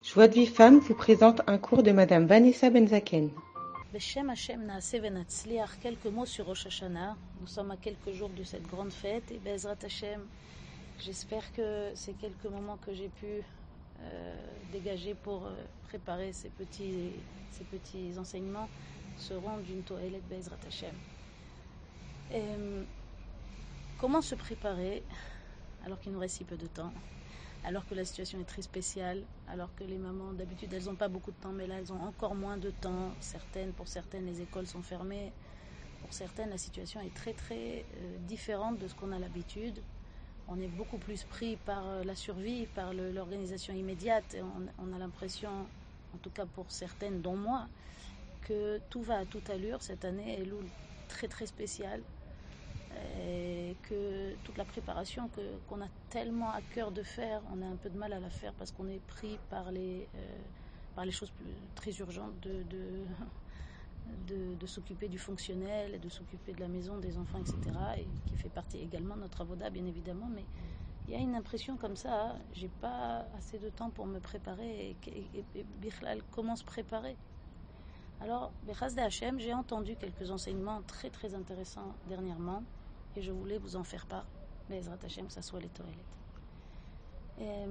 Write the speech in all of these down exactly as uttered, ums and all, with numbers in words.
Joie de vie femme vous présente un cours de Madame Vanessa Benzaken. Beshem Hashem Naaseh Venatzliach, quelques mots sur Rosh Hashanah. Nous sommes à quelques jours de cette grande fête et Bezrat Hashem, j'espère que ces quelques moments que j'ai pu euh, dégager pour euh, préparer ces petits, ces petits enseignements seront d'une toilette Bezrat Hashem. Et, comment se préparer alors qu'il nous reste si peu de temps, alors que la situation est très spéciale, alors que les mamans d'habitude elles n'ont pas beaucoup de temps, mais là elles ont encore moins de temps. Certaines, pour certaines les écoles sont fermées, pour certaines la situation est très très euh, différente de ce qu'on a l'habitude. On est beaucoup plus pris par euh, la survie, par le, l'organisation immédiate. Et on, on a l'impression, en tout cas pour certaines dont moi, que tout va à toute allure. Cette année est très très spéciale. Et que toute la préparation que, qu'on a tellement à cœur de faire, on a un peu de mal à la faire parce qu'on est pris par les, euh, par les choses plus, très urgentes de, de, de, de s'occuper du fonctionnel, de s'occuper de la maison, des enfants, et cetera. Et qui fait partie également de notre avoda, bien évidemment. Mais il y a une impression comme ça, hein, j'ai pas assez de temps pour me préparer. Et, et, et Bichlal, comment se préparer? Alors, Bechaz de Hachem, j'ai entendu quelques enseignements très très intéressants dernièrement. Et je voulais vous en faire part, Bezrat Hashem, que ça soit les toilettes. Et,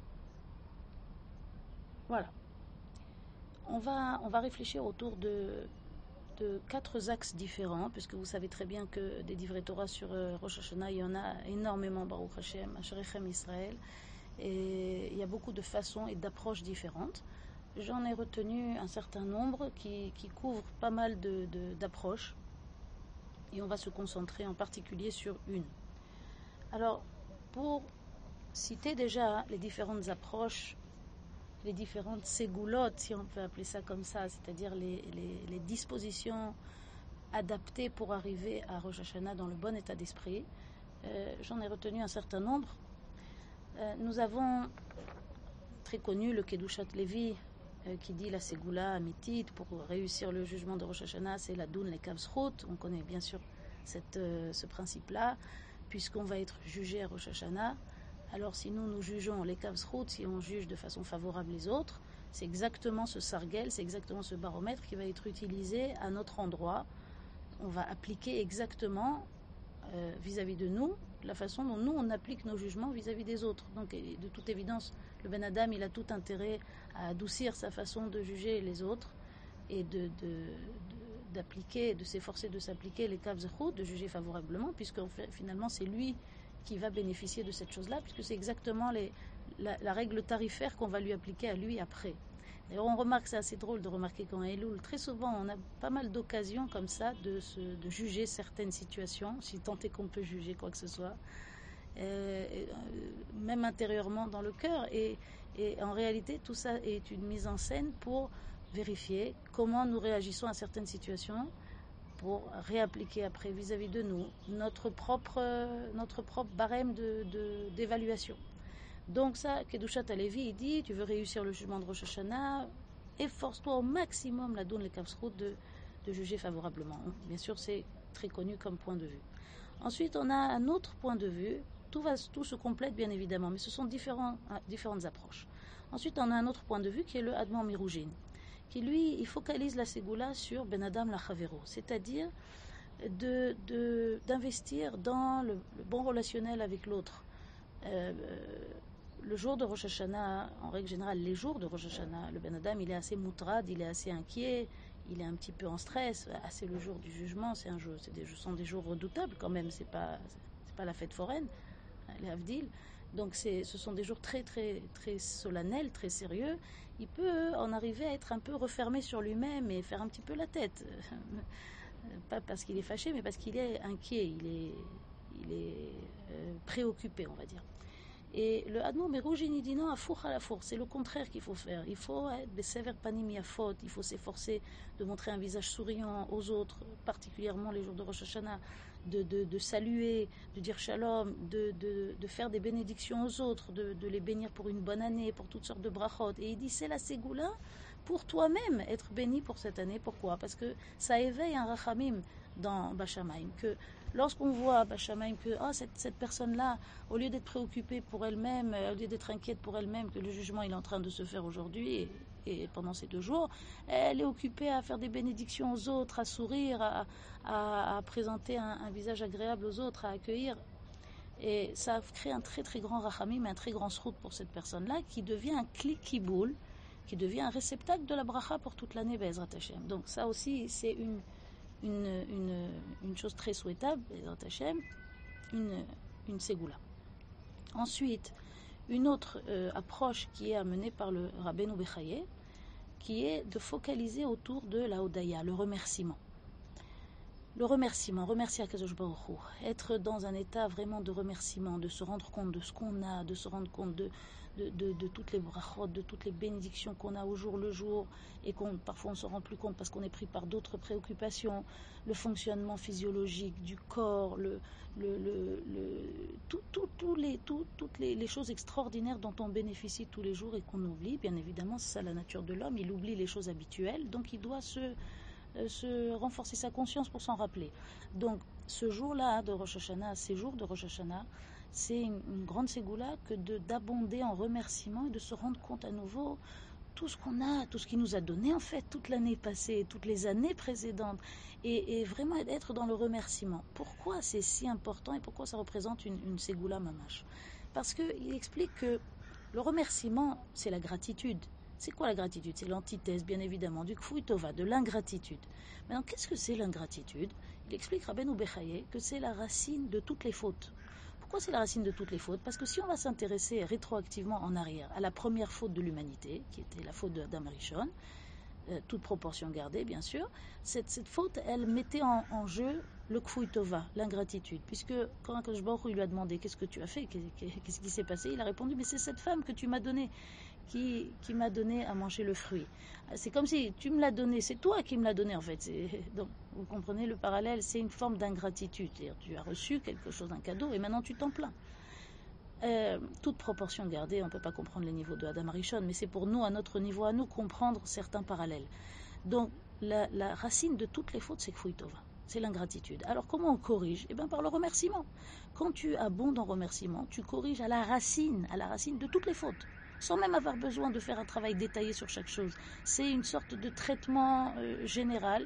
voilà. On va, on va réfléchir autour de, de quatre axes différents, puisque vous savez très bien que des divrei Torah sur euh, Rosh Hashanah, il y en a énormément, Baruch Hashem, Asherechem Israël, et il y a beaucoup de façons et d'approches différentes. J'en ai retenu un certain nombre qui, qui couvrent pas mal de, de, d'approches. Et on va se concentrer en particulier sur une. Alors, pour citer déjà les différentes approches, les différentes ségoulottes, si on peut appeler ça comme ça, c'est-à-dire les, les, les dispositions adaptées pour arriver à Rosh Hashanah dans le bon état d'esprit, euh, j'en ai retenu un certain nombre. Euh, nous avons très connu le Kedushat Levi, euh, qui dit la ségoula amitit pour réussir le jugement de Rosh Hashanah, c'est la doun le kavzchut. On connaît bien sûr cette, euh, ce principe-là, puisqu'on va être jugé à Rosh Hashanah. Alors si nous nous jugeons les kavzchut, si on juge de façon favorable les autres, c'est exactement ce sargel, c'est exactement ce baromètre qui va être utilisé à notre endroit. On va appliquer exactement euh, vis-à-vis de nous la façon dont nous on applique nos jugements vis-à-vis des autres. Donc de toute évidence, le Ben Adam il a tout intérêt à adoucir sa façon de juger les autres et de, de, de, d'appliquer, de s'efforcer de s'appliquer les kavzchut, de juger favorablement, puisque fait, finalement c'est lui qui va bénéficier de cette chose-là, puisque c'est exactement les, la, la règle tarifaire qu'on va lui appliquer à lui après. D'ailleurs, on remarque, c'est assez drôle de remarquer qu'en Elul, très souvent, on a pas mal d'occasions comme ça de, se, de juger certaines situations, si tant est qu'on peut juger quoi que ce soit, euh, même intérieurement dans le cœur. Et, et en réalité, tout ça est une mise en scène pour vérifier comment nous réagissons à certaines situations, pour réappliquer après vis-à-vis de nous notre propre, notre propre barème de, de, d'évaluation. Donc ça, Kedushat Alevi, il dit, tu veux réussir le jugement de Rosh Hashanah, efforce-toi au maximum, la donne les kavzchut, de, de juger favorablement. Bien sûr, c'est très connu comme point de vue. Ensuite, on a un autre point de vue, tout, va, tout se complète bien évidemment, mais ce sont différents, différentes approches. Ensuite, on a un autre point de vue qui est le Admor Miroujin, qui lui, il focalise la ségoula sur Ben Adam Lachavero, c'est-à-dire de, de, d'investir dans le, le bon relationnel avec l'autre. Euh, le jour de Rosh Hashanah, en règle générale, les jours de Rosh Hashanah, le Ben Adam, il est assez moutrad, il est assez inquiet, il est un petit peu en stress. Ah, c'est le jour du jugement, c'est un jour, c'est des, ce sont des jours redoutables quand même, c'est pas, c'est pas la fête foraine, les Havdil. Donc c'est, ce sont des jours très très très solennels, très sérieux. Il peut en arriver à être un peu refermé sur lui-même et faire un petit peu la tête. Pas parce qu'il est fâché, mais parce qu'il est inquiet, il est, il est euh, préoccupé, on va dire. Et le Admor Miroujin, il dit non, à four à la four, c'est le contraire qu'il faut faire. Il faut être besever panim yafot, il faut s'efforcer de montrer un visage souriant aux autres, particulièrement les jours de Rosh Hashanah, de, de, de saluer, de dire shalom, de, de, de faire des bénédictions aux autres, de, de les bénir pour une bonne année, pour toutes sortes de brachot. Et il dit c'est la ségoula pour toi-même être béni pour cette année. Pourquoi? Parce que ça éveille un rachamim dans Bashamaim, que Lorsqu'on voit, Bachamaim, que oh, cette, cette personne-là, au lieu d'être préoccupée pour elle-même, au lieu d'être inquiète pour elle-même, que le jugement il est en train de se faire aujourd'hui et, et pendant ces deux jours, elle est occupée à faire des bénédictions aux autres, à sourire, à, à, à présenter un, un visage agréable aux autres, à accueillir. Et ça crée un très très grand rachamim, un très grand srout pour cette personne-là, qui devient un kli kiboul, qui devient un réceptacle de la bracha pour toute l'année, Be'ezrat Hashem. Donc ça aussi, c'est une, une, une, une chose très souhaitable, Be'ezrat Hashem, une, une ségoula. Ensuite, une autre euh, approche qui est amenée par le Rabbeinu Bechaye, qui est de focaliser autour de la Hodaya, le remerciement. Le remerciement, remercier Akadosh Baruch Hu, être dans un état vraiment de remerciement, de se rendre compte de ce qu'on a, de se rendre compte de, de, de, de toutes les brachot, de toutes les bénédictions qu'on a au jour le jour et qu'on parfois on ne se rend plus compte parce qu'on est pris par d'autres préoccupations, le fonctionnement physiologique du corps, le, le, le, le, tout, tout, tout les, tout, toutes les, les choses extraordinaires dont on bénéficie tous les jours et qu'on oublie. Bien évidemment, c'est ça la nature de l'homme, il oublie les choses habituelles, donc il doit se... se renforcer sa conscience pour s'en rappeler. Donc, ce jour-là de Rosh Hashanah, ces jours de Rosh Hashanah, c'est une, une grande ségoula que de, d'abonder en remerciements et de se rendre compte à nouveau tout ce qu'on a, tout ce qu'il nous a donné en fait toute l'année passée, toutes les années précédentes, et, et vraiment être dans le remerciement. Pourquoi c'est si important et pourquoi ça représente une, une ségoula mamash? Parce qu'il explique que le remerciement, c'est la gratitude. C'est quoi la gratitude? C'est l'antithèse, bien évidemment, du kfouï tova, de l'ingratitude. Maintenant, qu'est-ce que c'est l'ingratitude? Il explique, Rabbeinu Bechaye, que c'est la racine de toutes les fautes. Pourquoi c'est la racine de toutes les fautes? Parce que si on va s'intéresser rétroactivement en arrière à la première faute de l'humanité, qui était la faute d'Adam Rishon, euh, toute proportion gardée, bien sûr, cette, cette faute, elle mettait en, en jeu le kfouï tova, l'ingratitude. Puisque quand Akadosh Baruch Hu lui a demandé qu'est-ce que tu as fait, qu'est-ce qui s'est passé, il a répondu, mais c'est cette femme que tu m'as donnée. Qui, qui m'a donné à manger le fruit. C'est comme si tu me l'as donné, c'est toi qui me l'as donné en fait. C'est, donc, vous comprenez le parallèle, c'est une forme d'ingratitude. C'est-à-dire, tu as reçu quelque chose, un cadeau, et maintenant tu t'en plains. Euh, toute proportion gardée, on ne peut pas comprendre les niveaux de Adam Arishon, mais c'est pour nous, à notre niveau, à nous, comprendre certains parallèles. Donc, la, la racine de toutes les fautes, c'est Kfouï Tova. C'est l'ingratitude. Alors, comment on corrige? Eh bien, par le remerciement. Quand tu abondes en remerciement, tu corriges à la racine, à la racine de toutes les fautes, sans même avoir besoin de faire un travail détaillé sur chaque chose. C'est une sorte de traitement euh, général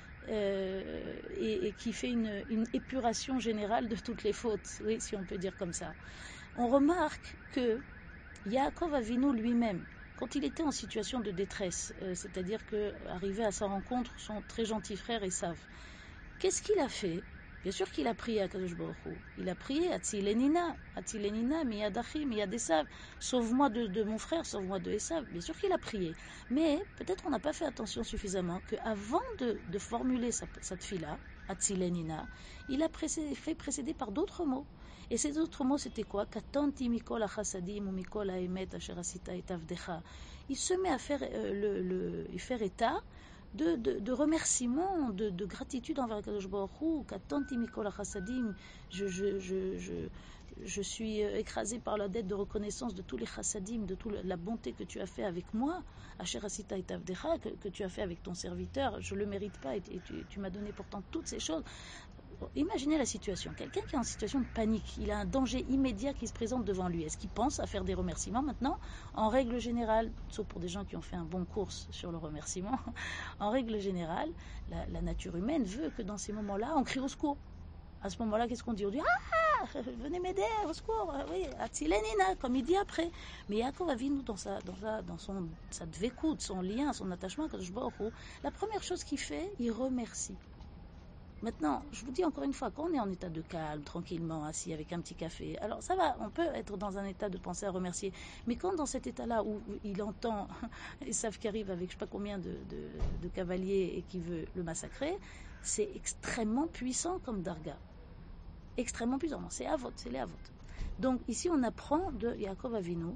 euh, et, et qui fait une, une épuration générale de toutes les fautes, oui, si on peut dire comme ça. On remarque que Yaakov Avinu lui-même, quand il était en situation de détresse, euh, c'est-à-dire qu'arrivé à sa rencontre, son très gentil frère Esav, qu'est-ce qu'il a fait? Bien sûr qu'il a prié à Kadosh Baruch Hu. Il a prié Atzilenina, Atzilenina, Miyadachi, Miyadesav. Sauve-moi de, de mon frère, sauve-moi de Esav. Bien sûr qu'il a prié. Mais peut-être on n'a pas fait attention suffisamment qu'avant de, de formuler sa, cette fille-là, Atzilenina, il a précédé, fait précéder par d'autres mots. Et ces autres mots, c'était quoi? Katanti mikol achasadim ou mikol aemet asher asita et avdecha. Il se met à faire, euh, le, le, faire état De, de, de remerciement, de, de gratitude envers Kadosh Baruch Hu, Katanti mikol chassadim, je, je, je, je, je suis écrasé par la dette de reconnaissance de tous les chassadim, de toute la bonté que tu as fait avec moi, Asher asita et avdecha, que, que tu as fait avec ton serviteur, je ne le mérite pas et, et tu, tu m'as donné pourtant toutes ces choses. Imaginez la situation, quelqu'un qui est en situation de panique, il a un danger immédiat qui se présente devant lui. Est-ce qu'il pense à faire des remerciements maintenant? En règle générale, sauf pour des gens qui ont fait un bon cours sur le remerciement, en règle générale, la, la nature humaine veut que dans ces moments-là, on crie au secours. À ce moment-là, qu'est-ce qu'on dit? On dit « Ah, venez m'aider, au secours !» Oui, « Atzilenina », comme il dit après. Mais Yaakov Avinu, dans, sa, dans, sa, dans son, sa dvékout, son lien, son attachement à Kadosh Baruch Hu, la première chose qu'il fait, il remercie. Maintenant, je vous dis encore une fois, quand on est en état de calme, tranquillement, assis avec un petit café, alors ça va, on peut être dans un état de penser à remercier. Mais quand dans cet état-là où il entend Esav qui arrive avec je ne sais pas combien de, de, de cavaliers et qui veut le massacrer, c'est extrêmement puissant comme darga. Extrêmement puissant. C'est Avot, c'est les Avot. Donc ici, on apprend de Yaakov Avinu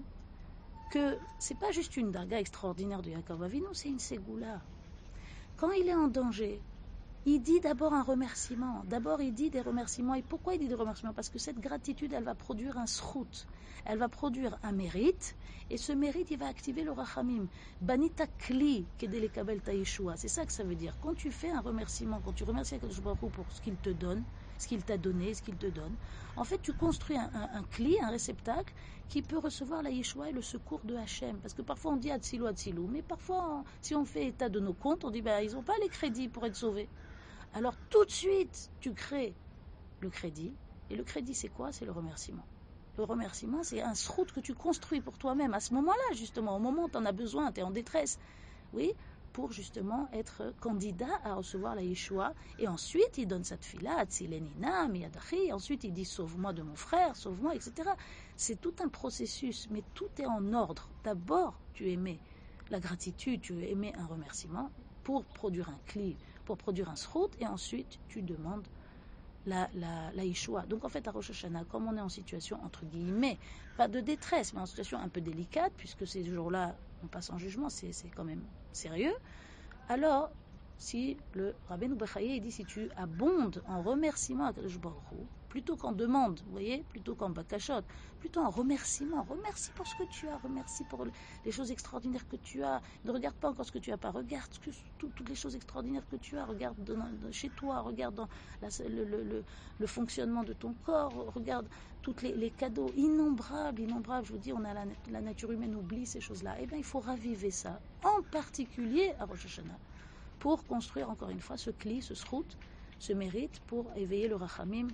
que c'est pas juste une darga extraordinaire de Yaakov Avinu, c'est une ségoula. Quand il est en danger, il dit d'abord un remerciement. D'abord, il dit des remerciements. Et pourquoi il dit des remerciements? Parce que cette gratitude, elle va produire un srout. Elle va produire un mérite. Et ce mérite, il va activer le rachamim. Banita kli kedele kabel ta yeshua. C'est ça que ça veut dire. Quand tu fais un remerciement, quand tu remercies Akadosh Baruch Hu pour ce qu'il te donne, ce qu'il t'a donné, ce qu'il te donne. En fait, tu construis un, un, un cli, un réceptacle qui peut recevoir la Yeshua et le secours de Hachem. Parce que parfois on dit Atsilou, Atsilou, mais parfois, si on fait état de nos comptes, on dit ben, ils n'ont pas les crédits pour être sauvés. Alors tout de suite, tu crées le crédit. Et le crédit, c'est quoi? C'est le remerciement. Le remerciement, c'est un srout que tu construis pour toi-même à ce moment-là, justement, au moment où tu en as besoin, tu es en détresse. Oui, pour justement être candidat à recevoir la Yeshua. Et ensuite, il donne sa tefila, Atzilenina, Miyadachi. Ensuite, il dit sauve-moi de mon frère, sauve-moi, et cetera. C'est tout un processus, mais tout est en ordre. D'abord, tu émets la gratitude, tu émets un remerciement pour produire un cli, pour produire un srout, et ensuite, tu demandes la, la, la Yeshua. Donc en fait, à Rosh Hashanah, comme on est en situation, entre guillemets, pas de détresse, mais en situation un peu délicate, puisque ces jours-là, on passe en jugement, c'est, c'est quand même sérieux, alors, si le Rabbeinu Bechaye dit, si tu abondes en remerciement à Kadosh Baruch Hu, plutôt qu'en demande, vous voyez, plutôt qu'en bakashot, plutôt en remerciement, remercie pour ce que tu as, remercie pour les choses extraordinaires que tu as, ne regarde pas encore ce que tu n'as pas, regarde ce que, tout, toutes les choses extraordinaires que tu as, regarde de, de, chez toi, regarde dans la, le, le, le, le fonctionnement de ton corps, regarde tous les, les cadeaux innombrables, innombrables, je vous dis, on a la, la nature humaine oublie ces choses-là, et bien il faut raviver ça, en particulier à Rosh Hashanah, pour construire encore une fois ce cli, ce srout, ce mérite pour éveiller le rachamim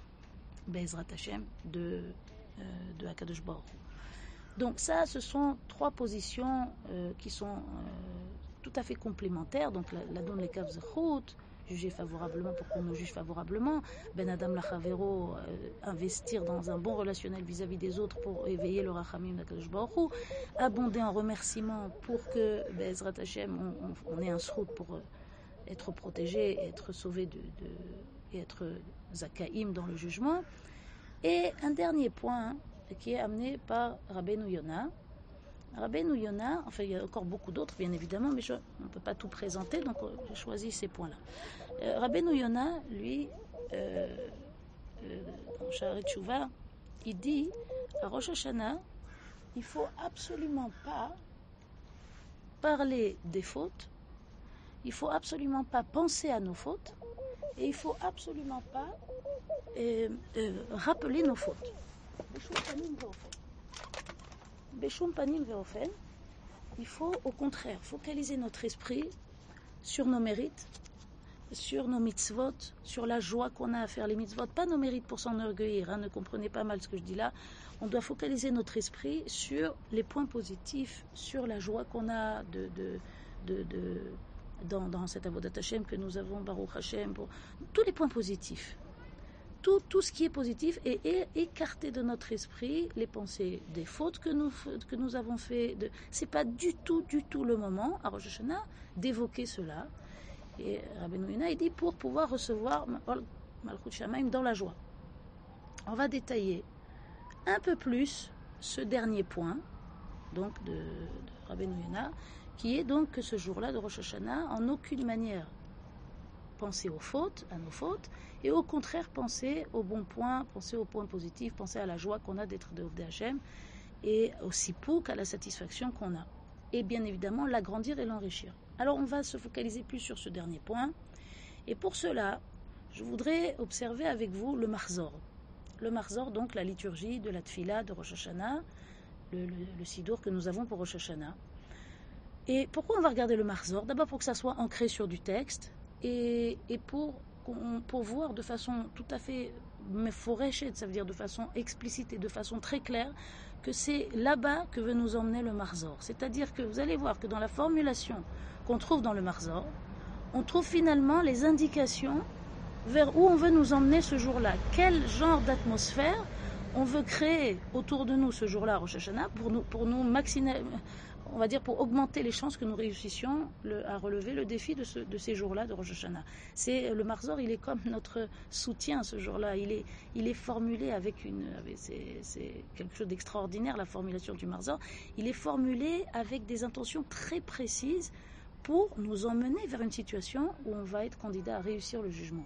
Be'ezrat Hashem de, euh, de Hakadosh Baruch Hu. Donc ça, ce sont trois positions euh, qui sont euh, tout à fait complémentaires. Donc la, la donne les kav zechut, juger favorablement pour qu'on nous juge favorablement. Ben Adam Lachavero, euh, investir dans un bon relationnel vis-à-vis des autres pour éveiller le rachamim d'Hakadosh Baruch Hu. Abonder en remerciements pour que Be'ezrat Hashem, on, on, on ait un srout pour euh, être protégé, être sauvé de, de, et être zakaïm dans le jugement. Et un dernier point qui est amené par Rabbeinu Yona. Rabbeinu Yona, enfin il y a encore beaucoup d'autres bien évidemment, mais je, on ne peut pas tout présenter, donc j'ai choisi ces points-là. Euh, Rabbeinu Yona, lui, euh, euh, dans Sha'arei Tshuva, il dit à Rosh Hashanah, il ne faut absolument pas parler des fautes, il ne faut absolument pas penser à nos fautes, et il ne faut absolument pas euh, euh, rappeler nos fautes. Beshum panim veofen, il faut au contraire focaliser notre esprit sur nos mérites, sur nos mitzvot, sur la joie qu'on a à faire les mitzvot, pas nos mérites pour s'enorgueillir, hein, ne comprenez pas mal ce que je dis là. On doit focaliser notre esprit sur les points positifs, sur la joie qu'on a de, de, de, de dans, dans cette avodat Hashem que nous avons, Baruch Hashem, pour tous les points positifs. Tout, tout ce qui est positif et, et écarter de notre esprit les pensées des fautes que nous, que nous avons fait. De, c'est pas du tout, du tout le moment à Rosh Hashanah d'évoquer cela. Et Rabbeinu Yona, il dit pour pouvoir recevoir Malchut Shamaim dans la joie. On va détailler un peu plus ce dernier point, donc de, de Rabbeinu Yona, qui est donc que ce jour-là de Rosh Hashanah, en aucune manière penser aux fautes, à nos fautes, et au contraire penser aux bons points, penser aux points positifs, penser à la joie qu'on a d'être de Ovdei Hashem, et au sipouk, à la satisfaction qu'on a. Et bien évidemment, l'agrandir et l'enrichir. Alors on va se focaliser plus sur ce dernier point, et pour cela, je voudrais observer avec vous le Marzor. Le Marzor, donc la liturgie de la Tfila de Rosh Hashanah, le, le, le Sidour que nous avons pour Rosh Hashanah. Et pourquoi on va regarder le Marzor? D'abord pour que ça soit ancré sur du texte, et, et pour, pour voir de façon tout à fait meforeshet, ça veut dire de façon explicite et de façon très claire, que c'est là-bas que veut nous emmener le Marzor. C'est-à-dire que vous allez voir que dans la formulation qu'on trouve dans le Marzor, on trouve finalement les indications vers où on veut nous emmener ce jour-là. Quel genre d'atmosphère on veut créer autour de nous ce jour-là, Rosh Hashanah, pour nous, pour nous maximiser, on va dire, pour augmenter les chances que nous réussissions le, à relever le défi de, ce, de ces jours-là de Rosh Hashanah. C'est, le Marzor, il est comme notre soutien ce jour-là. Il est, il est formulé avec une... Avec, c'est, c'est quelque chose d'extraordinaire, la formulation du Marzor. Il est formulé avec des intentions très précises pour nous emmener vers une situation où on va être candidat à réussir le jugement.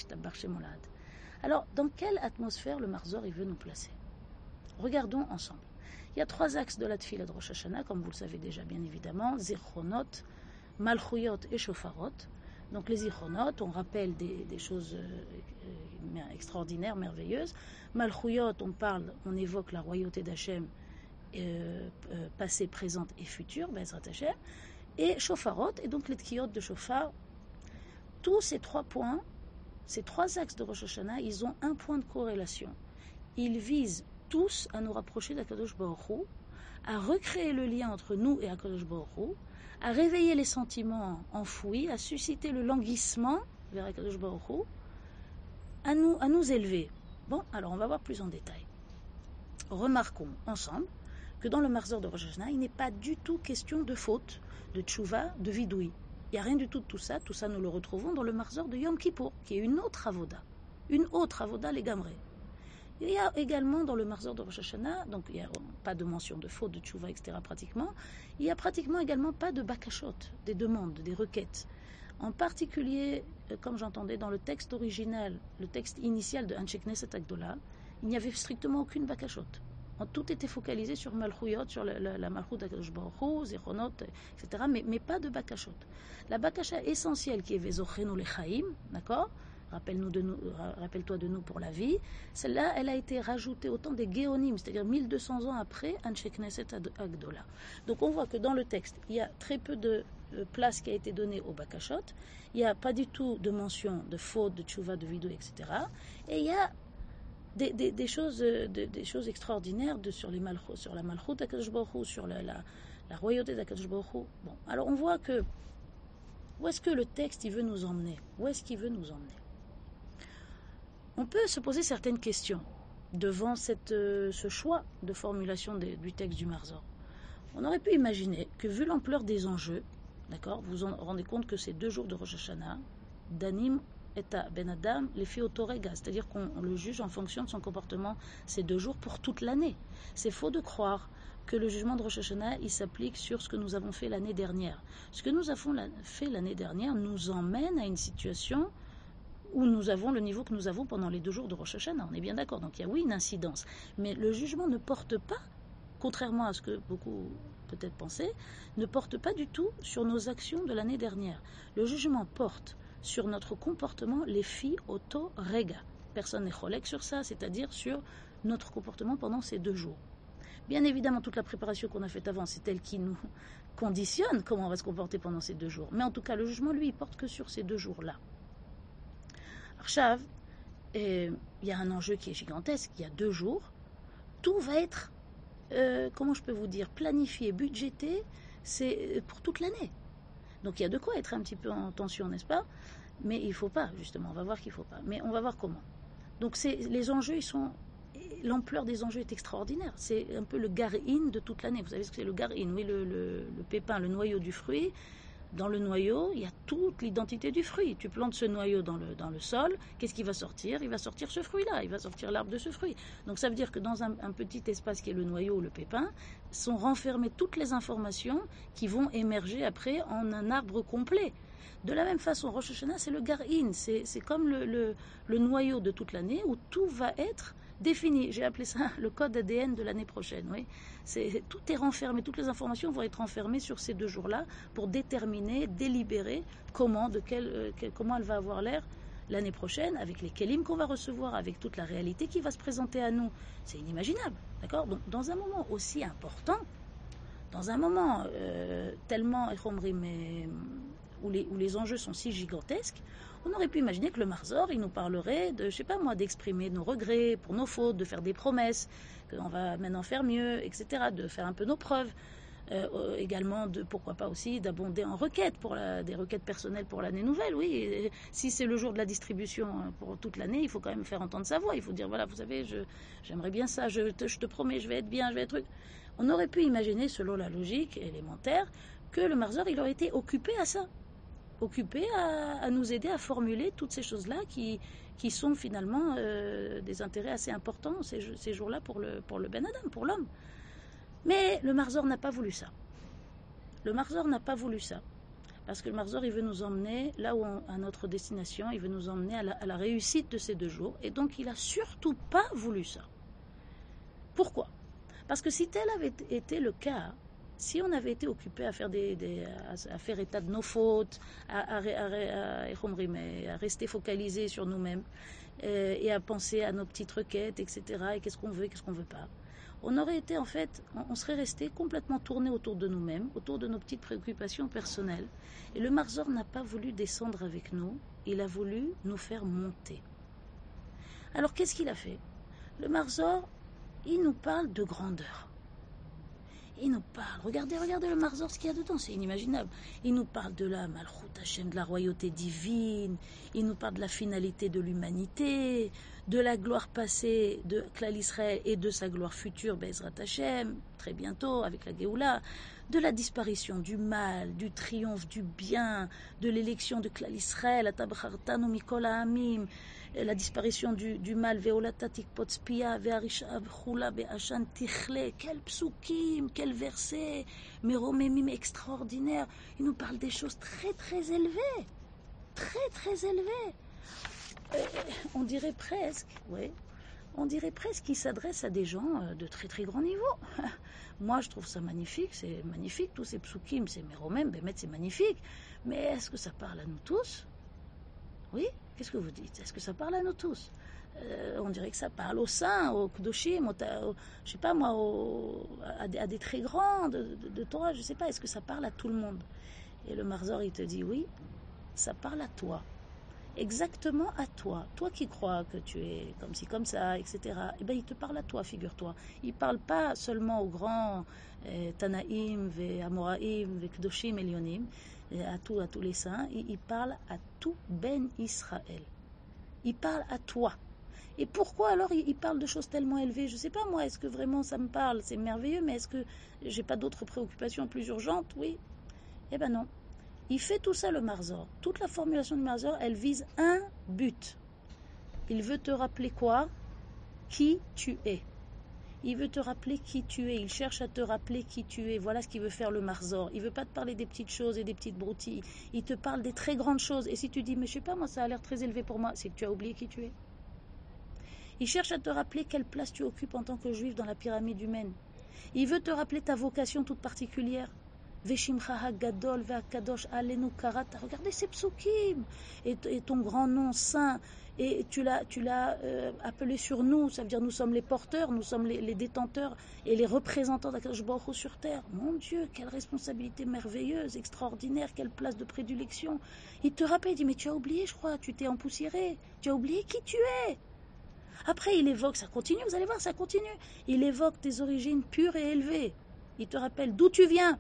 Alors, dans quelle atmosphère le Marzor il veut nous placer? Regardons ensemble. Il y a trois axes de la Tfila de Rosh Hashanah, comme vous le savez déjà bien évidemment, Zechronot, Malchuyot et Shofarot. Donc les Zichronot, on rappelle des, des choses euh, extraordinaires, merveilleuses. Malchuyot, on parle, on évoque la royauté d'Hachem, euh, euh, passée, présente et future, Bezrat Hachem. Et Shofarot, et donc les Tkiyot de Shofar. Tous ces trois points, ces trois axes de Rosh Hashanah, ils ont un point de corrélation. Ils visent tous à nous rapprocher d'Akadosh Baruch Hu, à recréer le lien entre nous et Akadosh Baruch Hu, à réveiller les sentiments enfouis, à susciter le languissement vers Akadosh Baruch Hu, à nous, à nous élever. Bon, alors on va voir plus en détail. Remarquons ensemble que dans le Marzor de Rosh Hashanah, il n'est pas du tout question de faute, de tchouva, de vidoui. Il n'y a rien du tout de tout ça. Tout ça, nous le retrouvons dans le Marzor de Yom Kippour, qui est une autre avoda. Une autre avoda, les gamrés. Il y a également dans le Marzor de Rosh Hashanah, donc il n'y a pas de mention de faute, de tchouva, et cetera pratiquement. Il n'y a pratiquement également pas de bakashot, des demandes, des requêtes. En particulier, comme j'entendais dans le texte original, le texte initial de Anshe Knesset Agdola, il n'y avait strictement aucune bakashot. Tout était focalisé sur Malchuyot, sur la, la, la Malchut d'Akadosh Baruch Hu, Zichronot, et cetera, mais, mais pas de bakashot. La bakasha essentielle qui est Vezochenu Lechaim, d'accord ? Rappelle-nous de nous, rappelle-toi de nous pour la vie. Celle-là, elle a été rajoutée au temps des Géonim, c'est-à-dire mille deux cents ans après Anshe Knesset Agdola. Donc on voit que dans le texte, il y a très peu de place qui a été donnée au bakashot. Il n'y a pas du tout de mention de faute, de tchouva, de vidou, et cetera. Et il y a Des, des, des, choses, des, des choses extraordinaires de, sur, les malchut, sur la malchut d'Akadosh Baruch Hu, sur la, la, la royauté d'Akadosh Baruch Hu. Bon, alors on voit que où est-ce que le texte il veut nous emmener? Où est-ce qu'il veut nous emmener? On peut se poser certaines questions devant cette, euh, ce choix de formulation de, du texte du Marzor. On aurait pu imaginer que vu l'ampleur des enjeux, d'accord, vous vous rendez compte que ces deux jours de Rosh Hashanah, Danim et à Ben Adam, les filles autorega, c'est-à-dire qu'on le juge en fonction de son comportement ces deux jours pour toute l'année. C'est faux de croire que le jugement de Rosh Hashanah, il s'applique sur ce que nous avons fait l'année dernière. Ce que nous avons fait l'année dernière nous emmène à une situation où nous avons le niveau que nous avons pendant les deux jours de Rosh Hashanah. On est bien d'accord. Donc il y a oui une incidence. Mais le jugement ne porte pas, contrairement à ce que beaucoup peut-être pensaient, ne porte pas du tout sur nos actions de l'année dernière. Le jugement porte sur notre comportement, les filles auto-rega. Personne n'est cholek sur ça, c'est-à-dire sur notre comportement pendant ces deux jours. Bien évidemment, toute la préparation qu'on a faite avant, c'est elle qui nous conditionne comment on va se comporter pendant ces deux jours. Mais en tout cas, le jugement, lui, il porte que sur ces deux jours-là. Archav, il y a un enjeu qui est gigantesque. Il y a deux jours, tout va être, euh, comment je peux vous dire, planifié, budgété, c'est pour toute l'année. Donc il y a de quoi être un petit peu en tension, n'est-ce pas? Mais il ne faut pas, justement, on va voir qu'il ne faut pas. Mais on va voir comment. Donc c'est, les enjeux, ils sont, l'ampleur des enjeux est extraordinaire. C'est un peu le gar-in de toute l'année. Vous savez ce que c'est le gar-in? Oui, le, le, le pépin, le noyau du fruit. Dans le noyau, il y a toute l'identité du fruit. Tu plantes ce noyau dans le, dans le sol, qu'est-ce qui va sortir? Il va sortir ce fruit-là, il va sortir l'arbre de ce fruit. Donc ça veut dire que dans un, un petit espace qui est le noyau ou le pépin, sont renfermées toutes les informations qui vont émerger après en un arbre complet. De la même façon, Rosh Hashanah, c'est le gar-in, c'est, c'est comme le, le, le noyau de toute l'année où tout va être défini. J'ai appelé ça le code A D N de l'année prochaine. Oui. C'est, tout est renfermé, toutes les informations vont être renfermées sur ces deux jours-là pour déterminer, délibérer comment, de quel, euh, quel, comment elle va avoir l'air l'année prochaine, avec les kelim qu'on va recevoir, avec toute la réalité qui va se présenter à nous. C'est inimaginable. D'accord ? Donc, dans un moment aussi important, dans un moment euh, tellement, mais, où, les, où les enjeux sont si gigantesques, on aurait pu imaginer que le Marzor, il nous parlerait de, je sais pas moi, d'exprimer nos regrets pour nos fautes, de faire des promesses, qu'on va maintenant faire mieux, et cetera, de faire un peu nos preuves. Euh, également, de, pourquoi pas aussi, d'abonder en requêtes, pour la, des requêtes personnelles pour l'année nouvelle, oui. Et si c'est le jour de la distribution pour toute l'année, il faut quand même faire entendre sa voix. Il faut dire, voilà, vous savez, je, j'aimerais bien ça, je te, je te promets, je vais être bien, je vais être... On aurait pu imaginer, selon la logique élémentaire, que le Marzor, il aurait été occupé à ça. Occupé à, à nous aider à formuler toutes ces choses-là qui, qui sont finalement euh, des intérêts assez importants ces, ces jours-là pour le, pour le Ben Adam, pour l'homme. Mais le Marzor n'a pas voulu ça. Le Marzor n'a pas voulu ça. Parce que le Marzor, il veut nous emmener là où on, à notre destination, il veut nous emmener à la, à la réussite de ces deux jours. Et donc, il n'a surtout pas voulu ça. Pourquoi ? Parce que si tel avait été le cas, Si on avait été occupé à faire, des, des, à, à faire état de nos fautes, à, à, à, à, à rester focalisé sur nous-mêmes, euh, et à penser à nos petites requêtes, et cetera, et qu'est-ce qu'on veut, qu'est-ce qu'on ne veut pas, on aurait été en fait, on serait resté complètement tourné autour de nous-mêmes, autour de nos petites préoccupations personnelles. Et le Marzor n'a pas voulu descendre avec nous, il a voulu nous faire monter. Alors qu'est-ce qu'il a fait? Le Marzor, il nous parle de grandeur. Il nous parle, regardez, regardez le Marzor, ce qu'il y a dedans, c'est inimaginable. Il nous parle de la Malchut Hashem, de la royauté divine, il nous parle de la finalité de l'humanité, de la gloire passée de Klal Israël et de sa gloire future, Be'ezrat Hashem, très bientôt avec la Géoula, de la disparition du mal, du triomphe du bien, de l'élection de Klal Israël, Atabachartanu Mikol Ha'amim, la disparition du, du mal, Veolatatik Potspia, Ve'arishav Chula Be'ashan Tichle, quel psukim, quel verset, Meromemim extraordinaire. Il nous parle des choses très très élevées, très très élevées. Euh, on dirait presque, oui, on dirait presque qu'il s'adresse à des gens de très très grand niveau. Moi, je trouve ça magnifique, c'est magnifique, tous ces psukim, c'est Meromem, Bémet, c'est magnifique. Mais est-ce que ça parle à nous tous? Oui? Qu'est-ce que vous dites? Est-ce que ça parle à nous tous? euh, On dirait que ça parle aux saints, aux Kedoshim, aux, aux, je sais pas moi, aux, à, des, à des très grands de, de, de Torah, je sais pas, est-ce que ça parle à tout le monde? Et le Marzor, il te dit oui, ça parle à toi. Exactement à toi. Toi qui crois que tu es comme ci, comme ça, et cetera. Eh bien, il te parle à toi, figure-toi. Il ne parle pas seulement aux grands euh, Tanaïm, ve Amoraïm, ve Kedoshim, Elionim, à, tout, à tous les saints. Il, il parle à tout Ben Israël. Il parle à toi. Et pourquoi alors il, il parle de choses tellement élevées? Je ne sais pas moi, est-ce que vraiment ça me parle? C'est merveilleux, mais est-ce que j'ai pas d'autres préoccupations plus urgentes? Oui. Eh bien non. Il fait tout ça le Marzor. Toute la formulation du Marzor, elle vise un but. Il veut te rappeler quoi? Qui tu es. Il veut te rappeler qui tu es. Il cherche à te rappeler qui tu es. Voilà ce qu'il veut faire le Marzor. Il ne veut pas te parler des petites choses et des petites broutilles. Il te parle des très grandes choses. Et si tu dis, mais je sais pas, moi ça a l'air très élevé pour moi, c'est que tu as oublié qui tu es. Il cherche à te rappeler quelle place tu occupes en tant que juif dans la pyramide humaine. Il veut te rappeler ta vocation toute particulière. Veshimcha Gadol Ve'akadosh Alenu Karata. Regardez ces psukim et, et ton grand nom saint. Et tu l'as, tu l'as euh, appelé sur nous. Ça veut dire nous sommes les porteurs, nous sommes les, les détenteurs et les représentants d'Akadosh Baruch Hu sur terre. Mon Dieu, quelle responsabilité merveilleuse, extraordinaire, quelle place de prédilection. Il te rappelle, il dit mais tu as oublié, je crois, tu t'es empoussiéré. Tu as oublié qui tu es. Après, il évoque, ça continue, vous allez voir, ça continue. Il évoque tes origines pures et élevées. Il te rappelle d'où tu viens.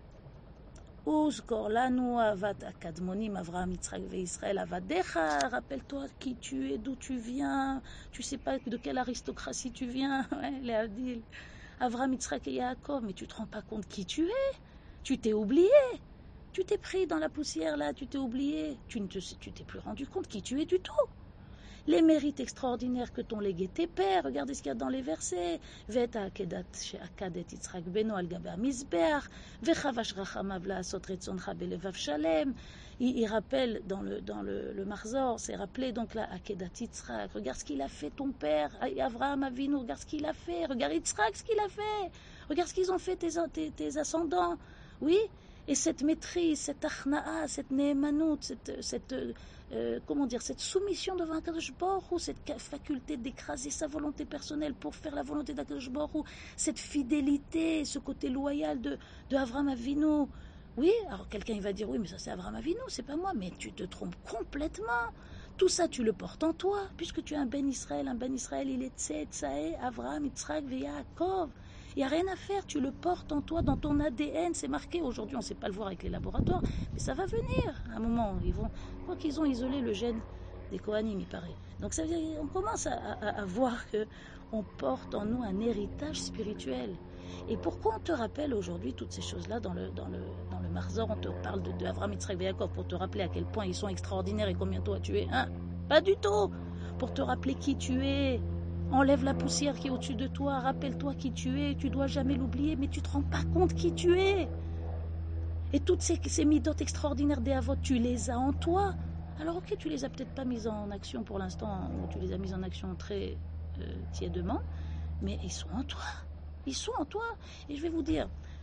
Rappelle-toi qui tu es, d'où tu viens. Tu sais pas de quelle aristocratie tu viens. Ouais, les Adil. Avram, Yitzhak et Yaakov. Mais tu te rends pas compte qui tu es. Tu t'es oublié. Tu t'es pris dans la poussière là. Tu t'es oublié. Tu ne te, tu t'es plus rendu compte qui tu es du tout. Les mérites extraordinaires que t'ont légué tes pères, regardez ce qu'il y a dans les versets. Veta akedat she'akadet Yitzhak beno al gabe hamizbeach, vechavash rachamav la'asot retzoncha belevav shalem. Il rappelle dans le dans le, le Marzor, c'est rappelé donc là akedat Yitzhak. Regarde ce qu'il a fait ton père, Avraham Avinu. Regarde ce qu'il a fait. Regarde Yitzhak ce qu'il a fait. Regarde ce qu'ils ont fait tes tes, tes ascendants. Oui. Et cette maîtrise, cette achna'a, cette ne'emanout, cette, cette euh, comment dire, cette soumission devant Akadosh Baruch Hu, cette faculté d'écraser sa volonté personnelle pour faire la volonté d'Akadosh Baruch Hu, cette fidélité, ce côté loyal de, de Avraham Avinu. Oui, alors quelqu'un il va dire oui, mais ça c'est Avraham Avinu, c'est pas moi, mais tu te trompes complètement. Tout ça tu le portes en toi, puisque tu es un Ben Israël, un Ben Israël il est Tzé, Tsaé, Avraham, Yitzhak, Yaakov. Il n'y a rien à faire, tu le portes en toi, dans ton A D N, c'est marqué. Aujourd'hui, on ne sait pas le voir avec les laboratoires, mais ça va venir à un moment. Ils vont, je crois qu'ils ont isolé le gène des Kohanim, il paraît. Donc ça veut dire qu'on commence à, à, à voir qu'on porte en nous un héritage spirituel. Et pourquoi on te rappelle aujourd'hui toutes ces choses-là dans le, dans le, dans le Marzor? On te parle de, de Avraham, Yitzhak et Yaakov pour te rappeler à quel point ils sont extraordinaires et combien toi tu es. Hein? Pas du tout. Pour te rappeler qui tu es. Enlève la poussière qui est au-dessus de toi, rappelle-toi qui tu es, tu dois jamais l'oublier, mais tu ne te rends pas compte qui tu es. Et toutes ces, ces midotes extraordinaires des avots, tu les as en toi. Alors ok, tu les as peut-être pas mises en action pour l'instant, ou tu les as mises en action très euh, tièdement, mais ils sont en toi. Ils sont en toi. Et je vais vous dire,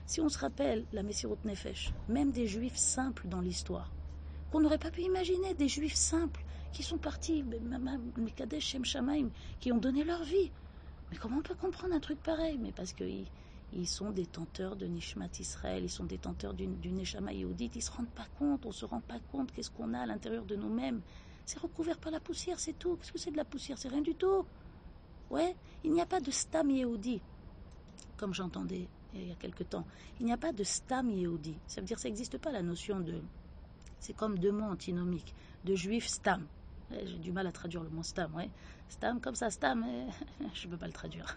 Si on se rappelle la Messirut Nefesh, même des juifs simples dans l'histoire, qu'on n'aurait pas pu imaginer, des juifs simples qui sont partis, Mekadesh Shem Shamaim, qui ont donné leur vie. Mais comment on peut comprendre un truc pareil? Mais parce qu'ils ils sont détenteurs de Nishmat Israël, ils sont détenteurs d'une, d'une Neshama Yehudit, ils ne se rendent pas compte, on ne se rend pas compte qu'est-ce qu'on a à l'intérieur de nous-mêmes. C'est recouvert par la poussière, c'est tout. Qu'est-ce que c'est de la poussière? C'est rien du tout. Ouais, il n'y a pas de Stam Yehudi, comme j'entendais il y a quelque temps. Il n'y a pas de Stam Yehudi. Ça veut dire que ça n'existe pas la notion de... C'est comme deux mots antinomiques. De juif Stam. J'ai du mal à traduire le mot Stam. Ouais. Stam, comme ça, Stam, je ne peux pas le traduire.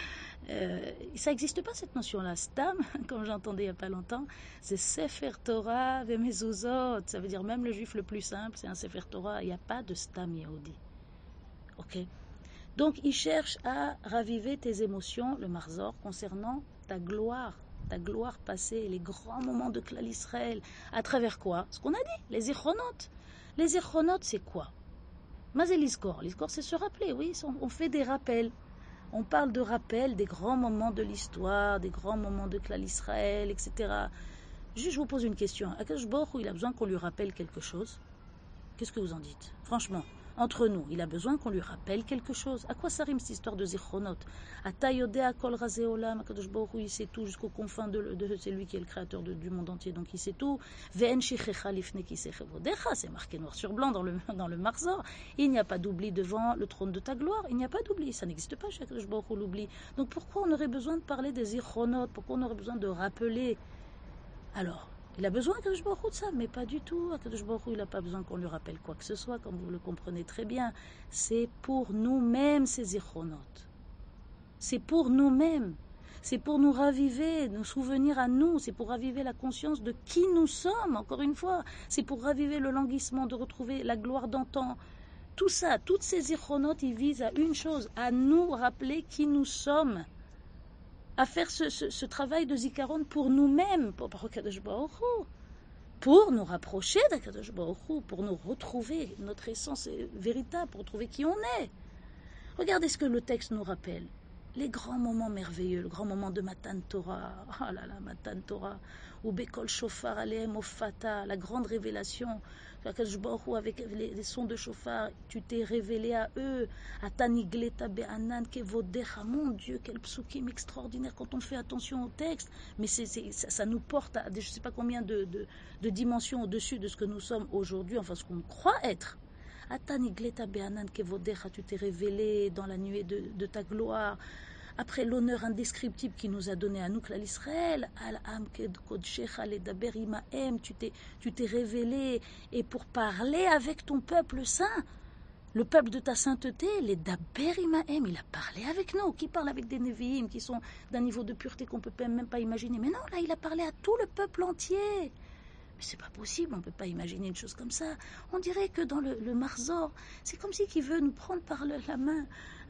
Euh, ça n'existe pas cette notion-là. Stam, comme j'entendais il n'y a pas longtemps, c'est Sefer Torah ve Mezuzot. Ça veut dire même le juif le plus simple, c'est un Sefer Torah. Il n'y a pas de Stam Yehudi. Ok. Donc, il cherche à raviver tes émotions, le Marzor, concernant ta gloire, ta gloire passée, les grands moments de Klal Israël. À travers quoi? Ce qu'on a dit, les Zichronot. Les Zichronot, c'est quoi? Mazé l'Iskor. L'Iskor, c'est se rappeler, oui. On fait des rappels. On parle de rappels des grands moments de l'histoire, des grands moments de Klal Israël, et cetera. Juste, je vous pose une question. Akadosh Baruch Hu, il a besoin qu'on lui rappelle quelque chose? Qu'est-ce que vous en dites? Franchement, entre nous, il a besoin qu'on lui rappelle quelque chose. À quoi ça rime cette histoire de Zichronot? Ata yodea kol razeh olam, Akadosh Baruch Hu, il sait tout jusqu'aux confins de, de c'est lui qui est le créateur de, du monde entier, donc il sait tout. Ve'en shichecha lifnei kisei chevodecha, c'est marqué noir sur blanc dans le, dans le Marzor. Il n'y a pas d'oubli devant le trône de ta gloire. Il n'y a pas d'oubli, ça n'existe pas chez Akadosh Baruch Hu, l'oubli. Donc pourquoi on aurait besoin de parler des Zichronot? Pourquoi on aurait besoin de rappeler? Alors, il a besoin Akadosh Baruch Hu de ça, mais pas du tout. Akadosh Baruch Hu, il n'a pas besoin qu'on lui rappelle quoi que ce soit, comme vous le comprenez très bien. C'est pour nous-mêmes ces Zichronot. C'est pour nous-mêmes. C'est pour nous raviver, nous souvenir à nous. C'est pour raviver la conscience de qui nous sommes, encore une fois. C'est pour raviver le languissement, de retrouver la gloire d'antan. Tout ça, toutes ces Zichronot, ils visent à une chose, à nous rappeler qui nous sommes. À faire ce, ce, ce travail de Zikaron pour nous-mêmes, pour, pour Akadosh Baruch Hu, pour nous rapprocher d'Akadosh Baruch Hu, pour nous retrouver notre essence véritable, pour retrouver qui on est. Regardez ce que le texte nous rappelle. Les grands moments merveilleux, le grand moment de Matan Torah, oh là là, Matan Torah, ou Bekol Shofar Aleem Ofata, la grande révélation, Akadosh Baruch Hu, avec les, les sons de Shofar, tu t'es révélé à eux, à Tanigleta Be'anan Kevodecha, mon Dieu, quel psukim extraordinaire quand on fait attention au texte, mais c'est, c'est, ça, ça nous porte à je ne sais pas combien de, de, de dimensions au-dessus de ce que nous sommes aujourd'hui, enfin ce qu'on croit être. Atanigleta Be'anan Kevodecha, tu t'es révélé dans la nuée de, de ta gloire. Après l'honneur indescriptible qui nous a donné à nous, Klal Israël, Al-Am Kodshecha Ledaber Imahem, tu t'es, tu t'es révélé, et pour parler avec ton peuple saint, le peuple de ta sainteté, les Daber Imahem, il a parlé avec nous. Qui parle avec des Nevi'im qui sont d'un niveau de pureté qu'on ne peut même pas imaginer? Mais non, là, il a parlé à tout le peuple entier. Mais c'est pas possible, on ne peut pas imaginer une chose comme ça. On dirait que dans le, le Marzor, c'est comme si qu'il veut nous prendre par le, la main,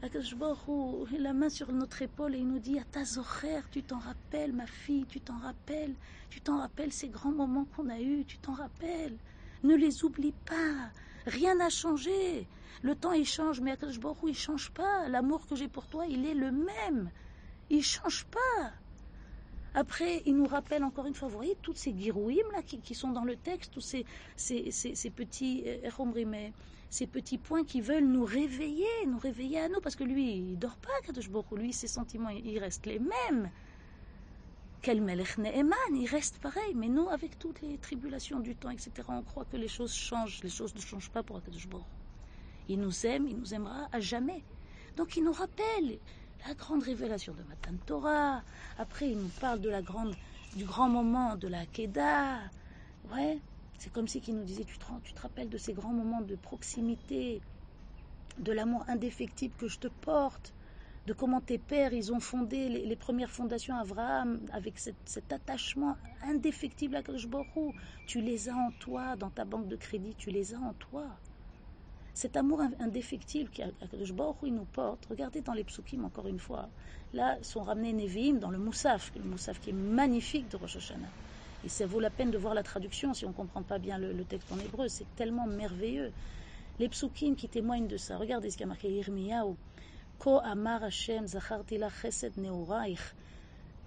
la main sur notre épaule, et il nous dit, à ta zocher, tu t'en rappelles, ma fille, tu t'en rappelles, tu t'en rappelles ces grands moments qu'on a eus, tu t'en rappelles. Ne les oublie pas, rien n'a changé. Le temps il change, mais Akadosh Baruch Hu, il change pas. L'amour que j'ai pour toi, il est le même. Il change pas. Après, il nous rappelle encore une fois, vous voyez, toutes ces girouïm là qui, qui sont dans le texte, tous ces, ces, ces, ces petits euh, ces petits points qui veulent nous réveiller, nous réveiller à nous, parce que lui, il dort pas, Kadosh Baruch Hu, lui, ses sentiments, ils restent les mêmes. Quel Melech Ne'eman, il reste pareil, mais nous, avec toutes les tribulations du temps, et cetera, on croit que les choses changent, les choses ne changent pas pour Kadosh Baruch Hu. Il nous aime, il nous aimera à jamais. Donc il nous rappelle la grande révélation de Matan Torah. Après, il nous parle de la grande, du grand moment de la Kedah. Ouais, c'est comme si qu'il nous disait, tu te, tu te rappelles de ces grands moments de proximité, de l'amour indéfectible que je te porte, de comment tes pères, ils ont fondé les, les premières fondations Avraham, avec cette, cet attachement indéfectible à Kadosh Baruch Hu. Tu les as en toi, dans ta banque de crédit, tu les as en toi. Cet amour indéfectible qu'Akadosh Baruch Hu il nous porte, regardez dans les psukim encore une fois, là sont ramenés Nevi'im dans le Moussaf, le Moussaf qui est magnifique de Rosh Hashanah. Et ça vaut la peine de voir la traduction si on ne comprend pas bien le, le texte en hébreu, c'est tellement merveilleux. Les psukim qui témoignent de ça, regardez ce qu'il y a marqué Yirmiyahu, Ko Amar Hashem Zacharti la Chesed Neuraich.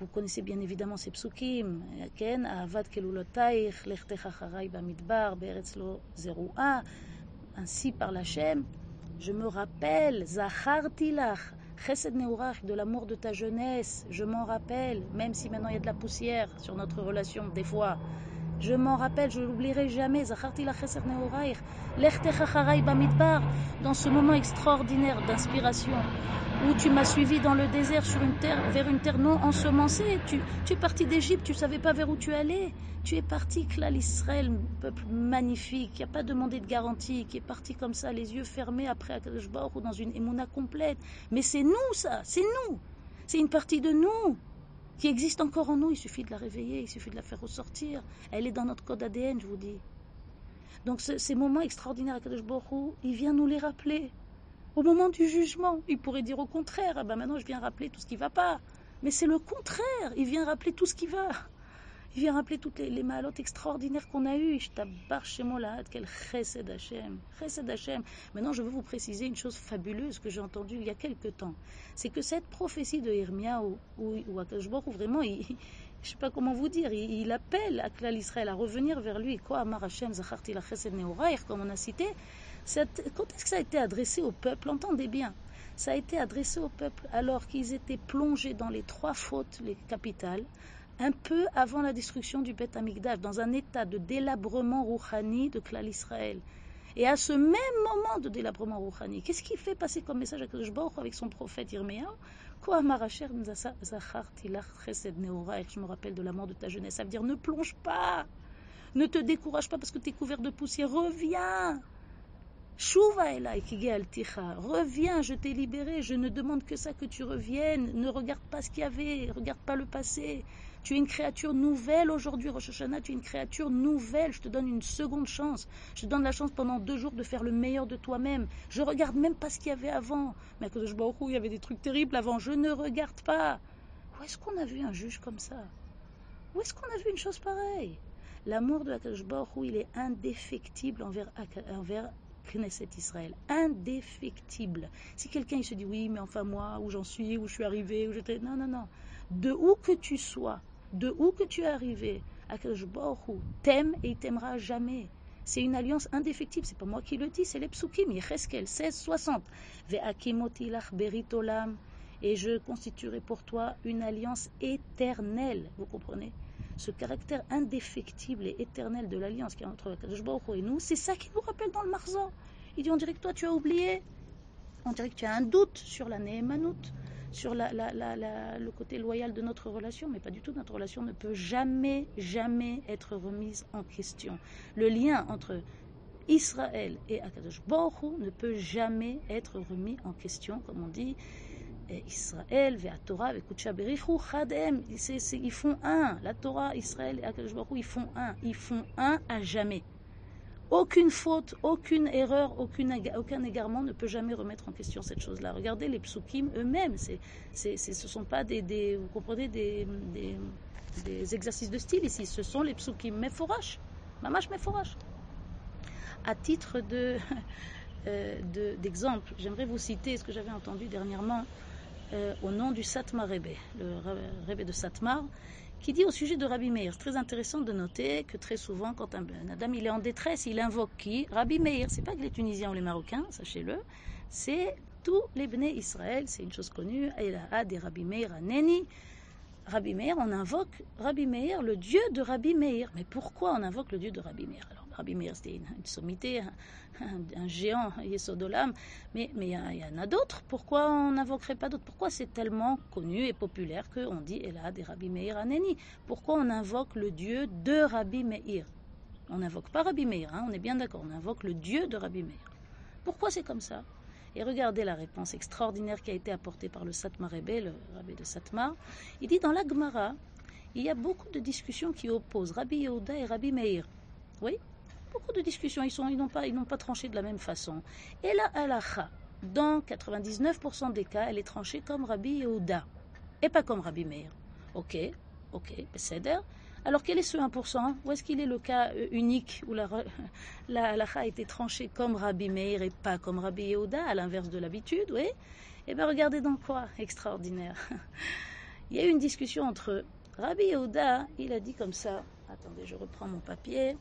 vous connaissez bien évidemment ces psukim, Ken, Ahavat kelulotayich, lechtech acharai bamidbar, be'eretz lo zeru'a, ainsi par l'Hachem, je me rappelle, Zacharti lach, Chesed Neurach, de l'amour de ta jeunesse, je m'en rappelle, même si maintenant il y a de la poussière sur notre relation, des fois. Je m'en rappelle, je ne l'oublierai jamais. Zacharti lach Chesed Neurach, Lechtech acharai bamidbar, dans ce moment extraordinaire d'inspiration, où tu m'as suivi dans le désert sur une terre, vers une terre non ensemencée. Tu, tu es parti d'Égypte, tu ne savais pas vers où tu allais. Tu es parti, Klal Israël, peuple magnifique, qui n'a pas demandé de garantie, qui est parti comme ça, les yeux fermés après Akadosh Baruch Hu, dans une émouna complète. Mais c'est nous, ça, c'est nous. C'est une partie de nous qui existe encore en nous. Il suffit de la réveiller, il suffit de la faire ressortir. Elle est dans notre code A D N, je vous dis. Donc ce, ces moments extraordinaires, Akadosh Baruch Hu, il vient nous les rappeler. Au moment du jugement, il pourrait dire au contraire, ah ben maintenant je viens rappeler tout ce qui ne va pas. Mais c'est le contraire, il vient rappeler tout ce qui va. Il vient rappeler toutes les, les mahalotes extraordinaires qu'on a eues. Je tabarre chez moi là, quel chesed Hashem. Chesed Hashem. Maintenant, je veux vous préciser une chose fabuleuse que j'ai entendue il y a quelque temps. C'est que cette prophétie de Yirmiyahu, où, où Akadosh Baruch Hu, vraiment, il, je ne sais pas comment vous dire, il, il appelle à Klal Israël à revenir vers lui. Quoi, Amar Hashem, Zacharti la chesed neoraïr, comme on a cité. Cette, quand est-ce que ça a été adressé au peuple? Entendez bien. Ça a été adressé au peuple alors qu'ils étaient plongés dans les trois fautes, les capitales, un peu avant la destruction du Beth Amikdash, dans un état de délabrement rouhani de Klal Israël. Et à ce même moment de délabrement rouhani, qu'est-ce qu'il fait passer comme message à Kadosh Baruch Hu avec son prophète Yirmiyahu? Quoi, Maracher, Zacharti lach chesed neoraïr, je me rappelle de l'amour de ta jeunesse. Ça veut dire ne plonge pas, ne te décourage pas parce que tu es couvert de poussière, reviens. Shuva elai ki ge'alticha, reviens, je t'ai libéré, je ne demande que ça, que tu reviennes, ne regarde pas ce qu'il y avait, regarde pas le passé. Tu es une créature nouvelle aujourd'hui, Rosh Hashanah, tu es une créature nouvelle, je te donne une seconde chance. Je te donne la chance pendant deux jours de faire le meilleur de toi-même. Je ne regarde même pas ce qu'il y avait avant. Mais à Kadosh Baruch Hu, il y avait des trucs terribles avant, je ne regarde pas. Où est-ce qu'on a vu un juge comme ça? Où est-ce qu'on a vu une chose pareille? L'amour de Kadosh Baruch Hu, il est indéfectible envers, envers Knesset Israël, indéfectible. Si quelqu'un il se dit oui, mais enfin moi, où j'en suis, où je suis arrivé, où j'étais, non, non, non. De où que tu sois, de où que tu es arrivé, Akadosh Baruch Hu t'aime et il t'aimera jamais. C'est une alliance indéfectible. C'est pas moi qui le dis, c'est les psukim. Yecheskel seize soixante. Ve'akimoti lach berit olam, et je constituerai pour toi une alliance éternelle. Vous comprenez? Ce caractère indéfectible et éternel de l'alliance qui est entre Kadosh Baruch Hu et nous, c'est ça qui nous rappelle dans le Marzor. Il dit, on dirait que toi tu as oublié, on dirait que tu as un doute sur la Nehemanout, sur la, la, la, la, le côté loyal de notre relation, mais pas du tout. Notre relation ne peut jamais, jamais être remise en question. Le lien entre Israël et Akadosh Baruch Hu ne peut jamais être remis en question, comme on dit. Israël, Vea Torah, Vekucha Berichu, Chadem, ils font un. La Torah, Israël et Akadosh Baruch Hu, ils font un. Ils font un à jamais. Aucune faute, aucune erreur, aucune, aucun égarement ne peut jamais remettre en question cette chose-là. Regardez les psukim eux-mêmes. C'est, c'est, c'est, ce ne sont pas des, des, vous comprenez, des, des, des exercices de style ici. Ce sont les psukim meforash. Mamash meforash. À titre de, euh, de, d'exemple, j'aimerais vous citer ce que j'avais entendu dernièrement euh, au nom du Satmar Rebbe, le Rebbe de Satmar, qui dit au sujet de Rabbi Meir. C'est très intéressant de noter que très souvent, quand un, un Adam il est en détresse, il invoque qui? Rabbi Meir. C'est pas que les Tunisiens ou les Marocains, sachez-le. C'est tous les Bnei Israël. C'est une chose connue. Il a des Rabbi Meir à Neni. Rabbi Meir, on invoque Rabbi Meir, le dieu de Rabbi Meir. Mais pourquoi on invoque le dieu de Rabbi Meir? Alors, Rabbi Meir, c'était une, une sommité, un, un, un géant, Yesod Olam, mais il y, y en a d'autres. Pourquoi on n'invoquerait pas d'autres? Pourquoi c'est tellement connu et populaire qu'on dit Ela des Rabbi Meir Aneni? Pourquoi on invoque le dieu de Rabbi Meir? On n'invoque pas Rabbi Meir, hein, on est bien d'accord, on invoque le dieu de Rabbi Meir. Pourquoi c'est comme ça? Et regardez la réponse extraordinaire qui a été apportée par le Satmar Rebbe, le Rabbi de Satmar. Il dit dans la Gemara, il y a beaucoup de discussions qui opposent Rabbi Yehuda et Rabbi Meir. Oui, beaucoup de discussions, ils sont, ils n'ont pas, ils n'ont pas tranché de la même façon. Et la halacha, dans quatre-vingt-dix-neuf pour cent des cas, elle est tranchée comme Rabbi Yehuda et pas comme Rabbi Meir. Ok, ok, beseder. Alors quel est ce un pour cent? Où est-ce qu'il est le cas unique où la, la halacha a été tranchée comme Rabbi Meir et pas comme Rabbi Yehuda, à l'inverse de l'habitude, oui? Eh bien regardez donc quoi, extraordinaire. il y a eu une discussion entre eux. Rabbi Yehuda, il a dit comme ça. Attendez, je reprends mon papier.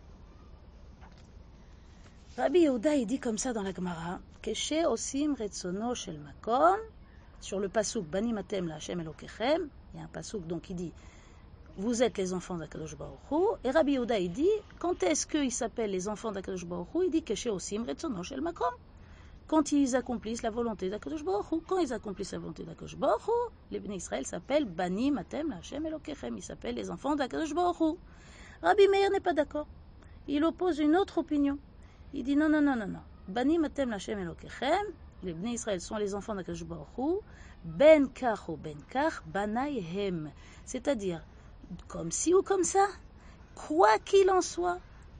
Rabbi Yehuda, il dit comme ça dans la Gemara. Keshe osim retzono shel makom. Sur le pasuk Bani matem la Hashem Elokechem. Il y a un pasuk donc qui dit vous êtes les enfants d'Akadosh Baruch Hu. Et Rabbi Yehuda, il dit quand est-ce qu'ils s'appellent les enfants d'Akadosh Baruch Hu? Il dit Keshe osim retzono shel makom. Quand ils accomplissent la volonté d'Akadosh Baruch Hu, quand ils accomplissent la volonté d'Akadosh Baruch Hu, les Bnei Israël s'appellent Bani Matem la Hashem Elokechem. Ils s'appellent les enfants d'Akadosh Baruch Hu. Rabbi Meir n'est pas d'accord. Il oppose une autre opinion. Il dit non, non, non, non, non. Bani Matem la Hashem Elokechem. Les Bnei Israël sont les enfants d'Akadosh Baruch Hu. Ben kach ou ben kach, banai hem. C'est-à-dire, comme ci ou comme ça, quoi qu'il en soit,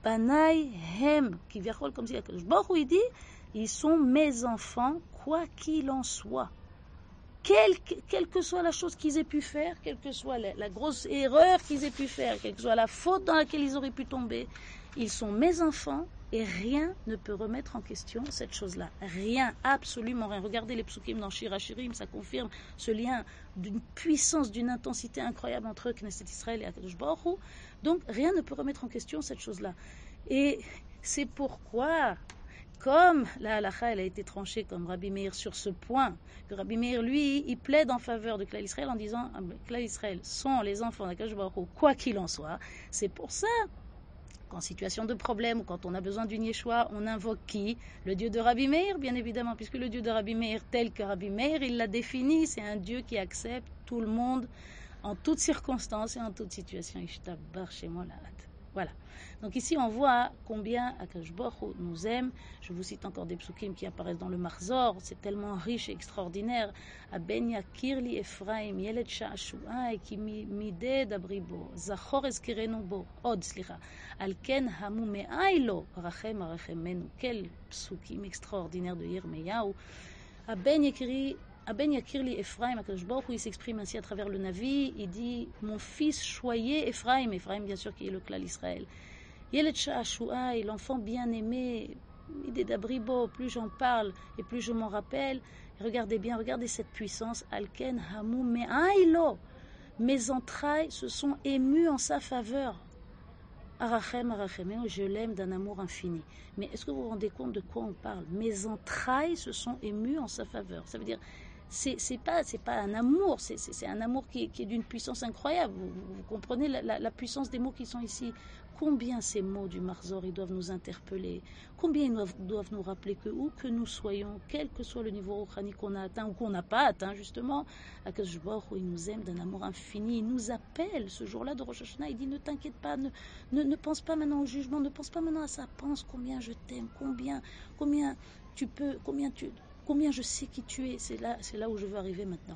banai hem. Qui vient comme si Akadosh Baruch Hu, il dit ils sont mes enfants, quoi qu'il en soit. Quelle, quelle que soit la chose qu'ils aient pu faire, quelle que soit la, la grosse erreur qu'ils aient pu faire, quelle que soit la faute dans laquelle ils auraient pu tomber, ils sont mes enfants et rien ne peut remettre en question cette chose-là. Rien, absolument rien. Regardez les psukim dans Shir HaShirim, ça confirme ce lien d'une puissance, d'une intensité incroyable entre Knesset Israël et Akadosh Baruch Hu. Donc rien ne peut remettre en question cette chose-là. Et c'est pourquoi... Comme la halakha elle a été tranchée comme Rabbi Meir sur ce point, que Rabbi Meir, lui, il plaide en faveur de Klal Israël en disant que Klal Israël sont les enfants d'Akadosh Baruch Hu, quoi qu'il en soit. C'est pour ça qu'en situation de problème ou quand on a besoin d'une Yeshua, on invoque qui? Le Dieu de Rabbi Meir, bien évidemment, puisque le Dieu de Rabbi Meir, tel que Rabbi Meir, il l'a défini, c'est un Dieu qui accepte tout le monde en toutes circonstances et en toutes situations. Ishtabar Shemo La'ad. Voilà. Donc ici on voit combien Akadosh Baruch Hu nous aime. Je vous cite encore des psukim qui apparaissent dans le Marzor. C'est tellement riche et extraordinaire. Aben yakir li Ephraim yeled sha'ashu'ai ki mided abribo zachor ezkirenu bo od slicha al ken hamu me'ai lo rachem arachemenu. Quel psukim extraordinaire de Yirmeyahu. Aben yakiri Aben yakir li Ephraim, Akadosh Baruch Hu, il s'exprime ainsi à travers le Navi. Il dit mon fils choyé Ephraim, Ephraim bien sûr qui est le Klal Israël. Yeled sha'ashu'ai, l'enfant bien-aimé, idée d'abribo, plus j'en parle et plus je m'en rappelle. Regardez bien, regardez cette puissance. Alken hamu me'ailo, mes entrailles se sont émues en sa faveur. Arachem, arachemenu, je l'aime d'un amour infini. Mais est-ce que vous vous rendez compte de quoi on parle? Mes entrailles se sont émues en sa faveur. Ça veut dire, c'est, c'est pas, c'est pas un amour, c'est, c'est, c'est un amour qui est, qui est d'une puissance incroyable. Vous, vous, vous comprenez la, la, la puissance des mots qui sont ici. Combien ces mots du Marzor, ils doivent nous interpeller. Combien ils doivent, doivent nous rappeler que où que nous soyons, quel que soit le niveau rouchani qu'on a atteint ou qu'on n'a pas atteint, justement, Akadosh Baruch Hu, il nous aime d'un amour infini. Il nous appelle ce jour-là de Rosh Hashanah. Il dit ne t'inquiète pas, ne, ne, ne pense pas maintenant au jugement, ne pense pas maintenant à ça. Pense combien je t'aime, combien, combien tu peux, combien tu, combien je sais qui tu es. C'est là, c'est là où je veux arriver maintenant.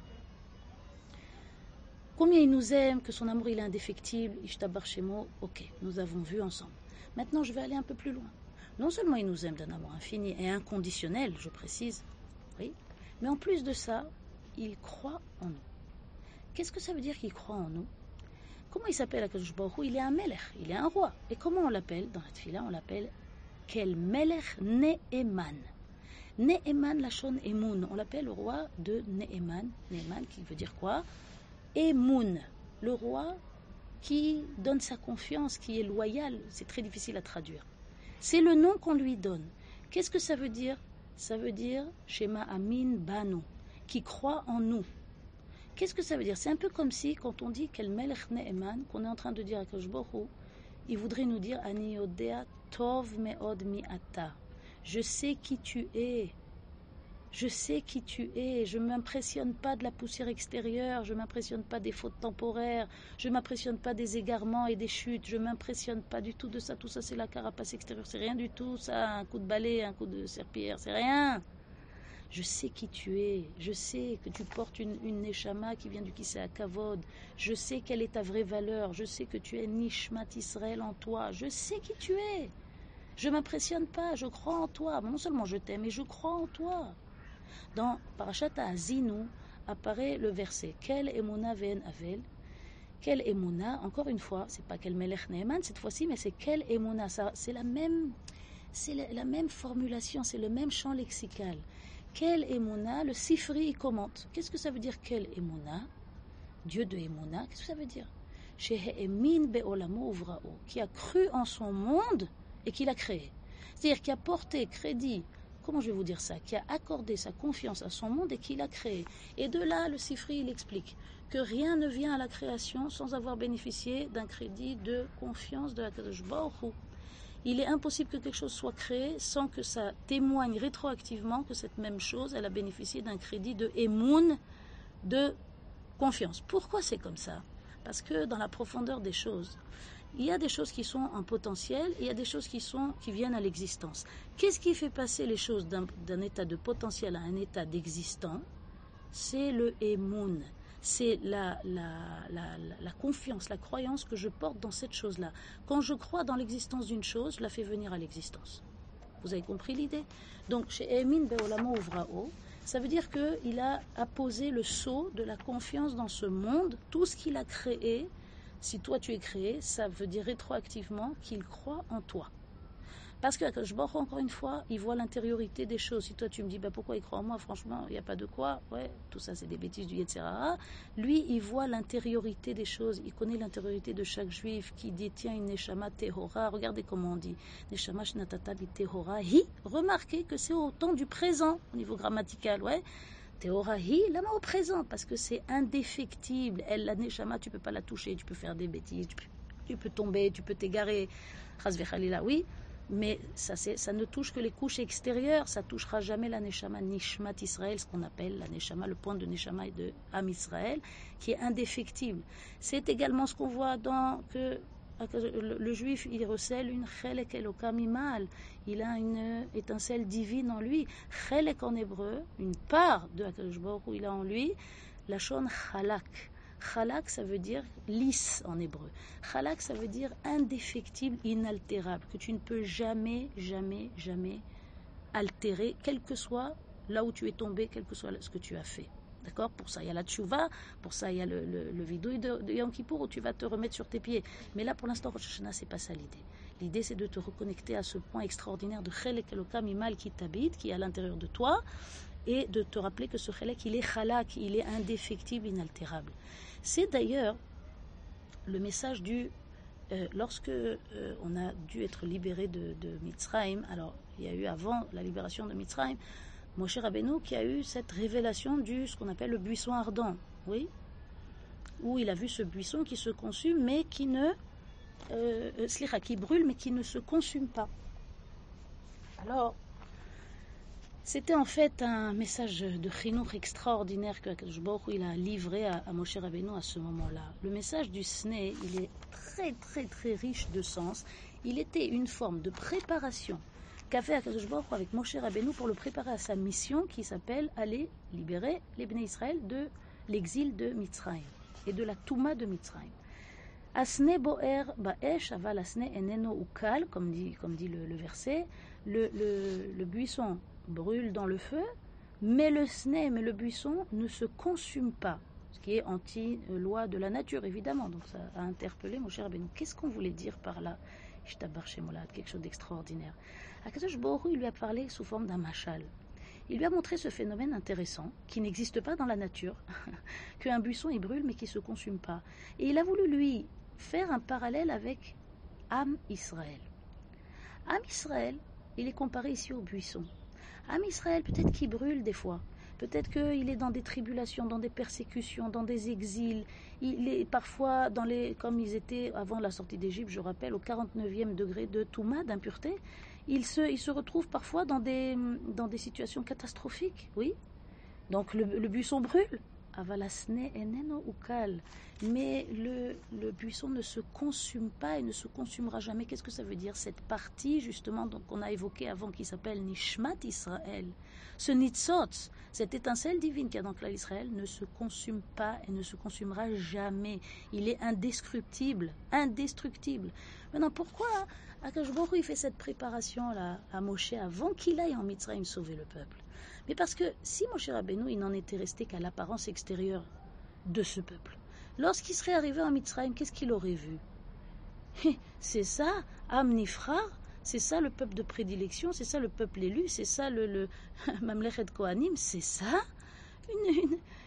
Combien il nous aime, que son amour il est indéfectible, Ishtabar Shemo, ok, nous avons vu ensemble. Maintenant, je vais aller un peu plus loin. Non seulement il nous aime d'un amour infini et inconditionnel, je précise, oui, mais en plus de ça, il croit en nous. Qu'est-ce que ça veut dire qu'il croit en nous? Comment il s'appelle Akadosh Baruch Hu? Il est un melech, il est un roi. Et comment on l'appelle? Dans la tefila, on l'appelle Kel melech Ne'eman. Ne'eman lachon emun, on l'appelle le roi de Ne'eman. Ne'eman qui veut dire quoi? Emoun, le roi qui donne sa confiance, qui est loyal, c'est très difficile à traduire. C'est le nom qu'on lui donne. Qu'est-ce que ça veut dire? Ça veut dire Shema Amin Banu, qui croit en nous. Qu'est-ce que ça veut dire? C'est un peu comme si, quand on dit Kel Melech Ne'eman, qu'on est en train de dire à Akadosh Baruch Hu, il voudrait nous dire Ani Yodea Tov Me'od Mi'ata. Je sais qui tu es. Je sais qui tu es, je ne m'impressionne pas de la poussière extérieure, je ne m'impressionne pas des fautes temporaires, je ne m'impressionne pas des égarements et des chutes, je ne m'impressionne pas du tout de ça, tout ça c'est la carapace extérieure, c'est rien du tout ça, un coup de balai, un coup de serpillière, c'est rien. Je sais qui tu es, je sais que tu portes une, une neshama qui vient du Kisei HaKavod, je sais quelle est ta vraie valeur, je sais que tu es Nishmat Israël en toi, je sais qui tu es. Je ne m'impressionne pas, je crois en toi, non seulement je t'aime, mais je crois en toi. Dans Parashat Ha'azinu apparaît le verset Kel emuna ve'en avel. Kel emuna, encore une fois, c'est pas Kel melech ne'eman cette fois-ci, mais c'est Kel emuna. Ça, c'est la même, c'est la, la même formulation, c'est le même champ lexical. Kel emuna, le Sifri il commente. Qu'est-ce que ça veut dire Kel emuna? Dieu de Emouna, qu'est-ce que ça veut dire? Shehe'emin be'olamo uvra'o, qui a cru en son monde et qui l'a créé. C'est-à-dire qui a porté crédit, comment je vais vous dire ça, qui a accordé sa confiance à son monde et qui l'a créé. Et de là, le Sifri, il explique que rien ne vient à la création sans avoir bénéficié d'un crédit de confiance de Akadosh Baruch Hu. Il est impossible que quelque chose soit créé sans que ça témoigne rétroactivement que cette même chose, elle a bénéficié d'un crédit de Emoun, de confiance. Pourquoi c'est comme ça? Parce que dans la profondeur des choses, il y a des choses qui sont en potentiel et il y a des choses qui, sont, qui viennent à l'existence. Qu'est-ce qui fait passer les choses d'un, d'un état de potentiel à un état d'existant? C'est le Emoun. C'est la, la, la, la, la confiance, la croyance que je porte dans cette chose-là. Quand je crois dans l'existence d'une chose, je la fais venir à l'existence. Vous avez compris l'idée? Donc, chez Emin Beolamo Uvrao, ça veut dire qu'il a apposé le sceau de la confiance dans ce monde. Tout ce qu'il a créé, si toi tu es créé, ça veut dire rétroactivement qu'il croit en toi. Parce que je vois encore une fois, il voit l'intériorité des choses. Si toi tu me dis bah, pourquoi il croit en moi, franchement, il n'y a pas de quoi. Ouais, tout ça c'est des bêtises du Yetzirah. Lui, il voit l'intériorité des choses. Il connaît l'intériorité de chaque juif qui détient une Neshama Tehora. Regardez comment on dit. Neshama Shnatata bi Tehora hi. Remarquez que c'est au temps du présent, au niveau grammatical. Ouais. Tehora hi, là au présent, parce que c'est indéfectible. Elle, la Neshama, tu ne peux pas la toucher. Tu peux faire des bêtises. Tu peux, tu peux tomber, tu peux t'égarer. Chas v'chalila, oui. Mais ça, c'est, ça ne touche que les couches extérieures, ça ne touchera jamais la Neshama Nishmat Israël, ce qu'on appelle la Neshama, le point de Neshama de Am Israël, qui est indéfectible. C'est également ce qu'on voit dans que le, le juif, il recèle une Chelek Elokam Imal, il a une étincelle divine en lui. Chelek en hébreu, une part de Akadosh Baruch Hu, il a en lui, la Shon Chalak. Chalak, ça veut dire lisse en hébreu. Chalak, ça veut dire indéfectible, inaltérable, que tu ne peux jamais, jamais, jamais altérer, quel que soit là où tu es tombé, quel que soit ce que tu as fait. D'accord? Pour ça, il y a la tchouva, pour ça, il y a le, le, le vidouille de, de Yom Kippour où tu vas te remettre sur tes pieds. Mais là, pour l'instant, Rosh Hashanah, c'est pas ça l'idée. L'idée, c'est de te reconnecter à ce point extraordinaire de Chelek Elokam Imal qui t'habite, qui est à l'intérieur de toi, et de te rappeler que ce Chelek, il est Chalak, il est indéfectible, inaltérable. C'est d'ailleurs le message du... Euh, lorsque euh, on a dû être libéré de, de Mitzrayim, alors il y a eu avant la libération de Mitzrayim, Moshe Rabbeinu qui a eu cette révélation du ce qu'on appelle le buisson ardent, oui, où il a vu ce buisson qui se consume mais qui ne... Euh, slicha, qui brûle mais qui ne se consume pas. Alors... C'était en fait un message de chinour extraordinaire que Akadosh Baruch Hu il a livré à, à Moshe Rabbeinu à ce moment-là. Le message du Sné, il est très très très riche de sens. Il était une forme de préparation qu'a fait Akadosh Baruch Hu avec Moshe Rabbeinu pour le préparer à sa mission qui s'appelle aller libérer les Bnei Israël de l'exil de Mitzrayim et de la Touma de Mitzrayim. Asne boer ba'esh aval asne eneno ukal, comme dit, comme dit le, le verset, le, le, le buisson brûle dans le feu, mais le sné, mais le buisson ne se consume pas, ce qui est anti-loi de la nature, évidemment. Donc ça a interpellé mon cher Rabbeinu. Qu'est-ce qu'on voulait dire par là? Ishtabar Shemolad, quelque chose d'extraordinaire. Akadosh Baruch Hu, il lui a parlé sous forme d'un machal. Il lui a montré ce phénomène intéressant, qui n'existe pas dans la nature, qu'un buisson il brûle mais qui ne se consume pas. Et il a voulu lui faire un parallèle avec Am Israël. Am Israël, il est comparé ici au buisson. Am Israël, peut-être qu'il brûle des fois, peut-être qu'il est dans des tribulations, dans des persécutions, dans des exils, il est parfois, dans les, comme ils étaient avant la sortie d'Égypte, je rappelle, au quarante-neuvième degré de Touma, d'impureté, il se, il se retrouve parfois dans des, dans des situations catastrophiques, oui. Donc le, le buisson brûle, avalasne eneno ukal, mais le, le buisson ne se consume pas et ne se consumera jamais. Qu'est-ce que ça veut dire? Cette partie justement donc, qu'on a évoquée avant qui s'appelle Nishmat Israël, ce nitzot, cette étincelle divine qu'il y a dans le clan d'Israël ne se consume pas et ne se consumera jamais. Il est indestructible, indestructible. Maintenant pourquoi Akadosh Baruch Hu il fait cette préparation là à Moshe avant qu'il aille en Mitzrayim sauver le peuple? Mais parce que si Moshe Rabbeinu il n'en était resté qu'à l'apparence extérieure de ce peuple, lorsqu'il serait arrivé en Mitzrayim, qu'est-ce qu'il aurait vu? C'est ça, Am Nifrar, c'est ça le peuple de prédilection, c'est ça le peuple élu, c'est ça le, le Mamlechet Kohanim, c'est ça une, une,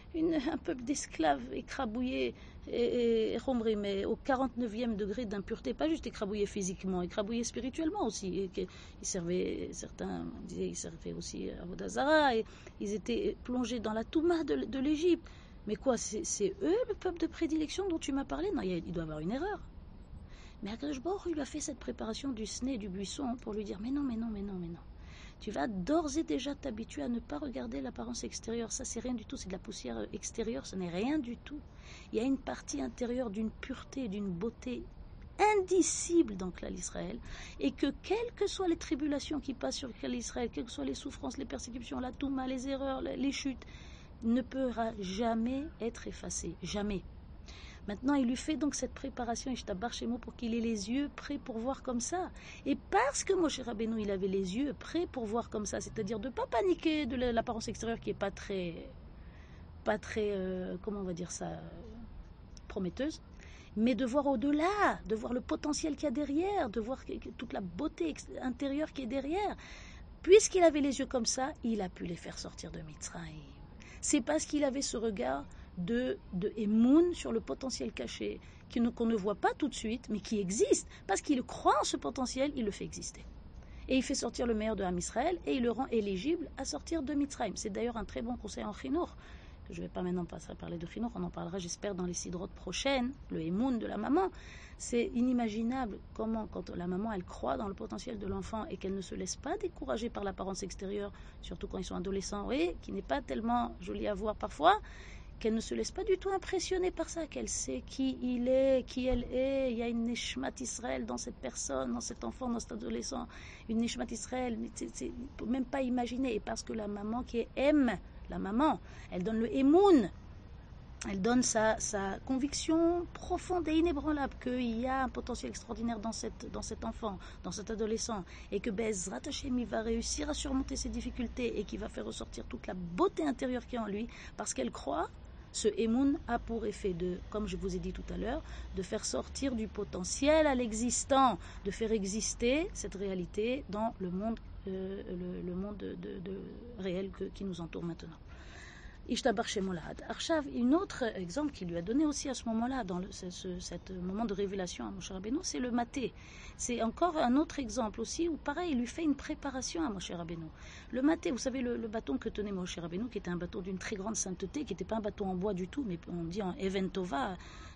une, un peuple d'esclaves écrabouillés et, et, et mais au quarante-neuvième degré d'impureté, pas juste écrabouillés physiquement, écrabouillés spirituellement aussi. Et, et, ils servaient, certains disaient, ils servaient aussi à Avodah Zara, et ils étaient plongés dans la Touma de, de l'Égypte. Mais quoi, c'est, c'est eux le peuple de prédilection dont tu m'as parlé? Non, il, il doit y avoir une erreur. Mais Akadosh Baruch Hu lui a fait cette préparation du sné et du buisson pour lui dire mais non, mais non, mais non, mais non. Tu vas d'ores et déjà t'habituer à ne pas regarder l'apparence extérieure. Ça, c'est rien du tout, c'est de la poussière extérieure, ce n'est rien du tout. Il y a une partie intérieure d'une pureté, d'une beauté indicible dans le clan d'Israël, et que quelles que soient les tribulations qui passent sur le clan d'Israël, quelles que soient les souffrances, les persécutions, la touma, les erreurs, les chutes, ne pourra jamais être effacée, jamais. Maintenant, il lui fait donc cette préparation, Ishtabar Shemo, pour qu'il ait les yeux prêts pour voir comme ça. Et parce que Moshe Rabbeinu, il avait les yeux prêts pour voir comme ça, c'est-à-dire de ne pas paniquer de l'apparence extérieure qui n'est pas très, pas très, euh, comment on va dire ça, prometteuse, mais de voir au-delà, de voir le potentiel qu'il y a derrière, de voir toute la beauté intérieure qui est derrière. Puisqu'il avait les yeux comme ça, il a pu les faire sortir de Mitzrayim. C'est parce qu'il avait ce regard de, de Emoun sur le potentiel caché, qu'on ne voit pas tout de suite, mais qui existe. Parce qu'il croit en ce potentiel, il le fait exister. Et il fait sortir le meilleur de Ham Israël, et il le rend éligible à sortir de Mitzrayim. C'est d'ailleurs un très bon conseil en Chinour. Je ne vais pas maintenant passer à parler de Chinour, on en parlera j'espère dans les sidrotes prochaines, le Emoun de la maman. C'est inimaginable comment, quand la maman, elle croit dans le potentiel de l'enfant et qu'elle ne se laisse pas décourager par l'apparence extérieure, surtout quand ils sont adolescents, oui, qui n'est pas tellement jolie à voir parfois, qu'elle ne se laisse pas du tout impressionner par ça, qu'elle sait qui il est, qui elle est. Il y a une Neshmat Israël dans cette personne, dans cet enfant, dans cet adolescent. Une Neshmat Israël, c'est, c'est, il ne peut même pas imaginer. Et parce que la maman qui est aime, la maman, elle donne le Emoun, elle donne sa, sa conviction profonde et inébranlable qu'il y a un potentiel extraordinaire dans, cette, dans cet enfant, dans cet adolescent, et que Bezrat Hashem, il va réussir à surmonter ses difficultés et qu'il va faire ressortir toute la beauté intérieure qui est en lui, parce qu'elle croit. Ce Emoun a pour effet de, comme je vous ai dit tout à l'heure, de faire sortir du potentiel à l'existant, de faire exister cette réalité dans le monde, euh, le, le monde de, de, de réel que, qui nous entoure maintenant. Ishtabar Shemolad. Arshav, un autre exemple qu'il lui a donné aussi à ce moment-là, dans le, ce, ce cet moment de révélation à Moshe Rabbeinu, c'est le maté. C'est encore un autre exemple aussi où, pareil, il lui fait une préparation à Moshe Rabbeinu. Le maté, vous savez, le, le bâton que tenait Moshe Rabbeinu, qui était un bâton d'une très grande sainteté, qui n'était pas un bâton en bois du tout, mais on dit en Eventova,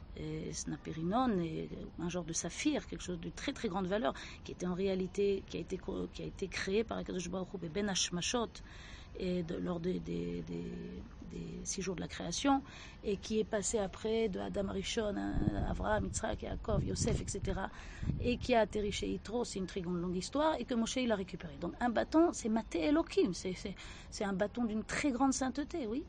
et Snaperinon, et un genre de saphir, quelque chose de très très grande valeur, qui était en réalité, qui a été, qui a été créé par Akadosh Baruch Hu Ben Hashmashot, et de, lors des, des, des, des six jours de la création, et qui est passé après de Adam Arishon, Avraham, Yitzhak, Yaakov, Yosef, et cetera, et qui a atterri chez Yitro, c'est une très grande longue histoire, et que Moshe il a récupéré. Donc un bâton, c'est Maté Elohim, c'est, c'est, c'est un bâton d'une très grande sainteté, oui.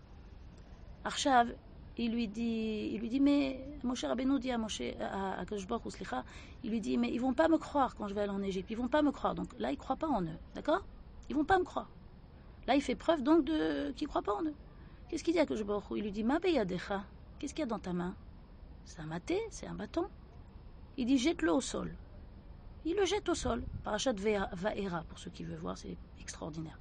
Arshav, il lui dit, il lui dit, mais Moshe Rabbeinu dit à Moshe, à, à Kadosh Baruch Hu, Slicha, il lui dit, mais ils vont pas me croire quand je vais aller en Égypte, ils vont pas me croire. Donc là, ils croient pas en eux, d'accord? Ils vont pas me croire. Là, il fait preuve donc de qu'il ne croit pas en eux. Qu'est-ce qu'il dit à Kadosh Baruch Hu? Il lui dit, Ma beyadecha, qu'est-ce qu'il y a dans ta main? C'est un maté, c'est un bâton. Il dit, jette-le au sol. Il le jette au sol. Parashat Va'era, pour ceux qui veulent voir, c'est extraordinaire.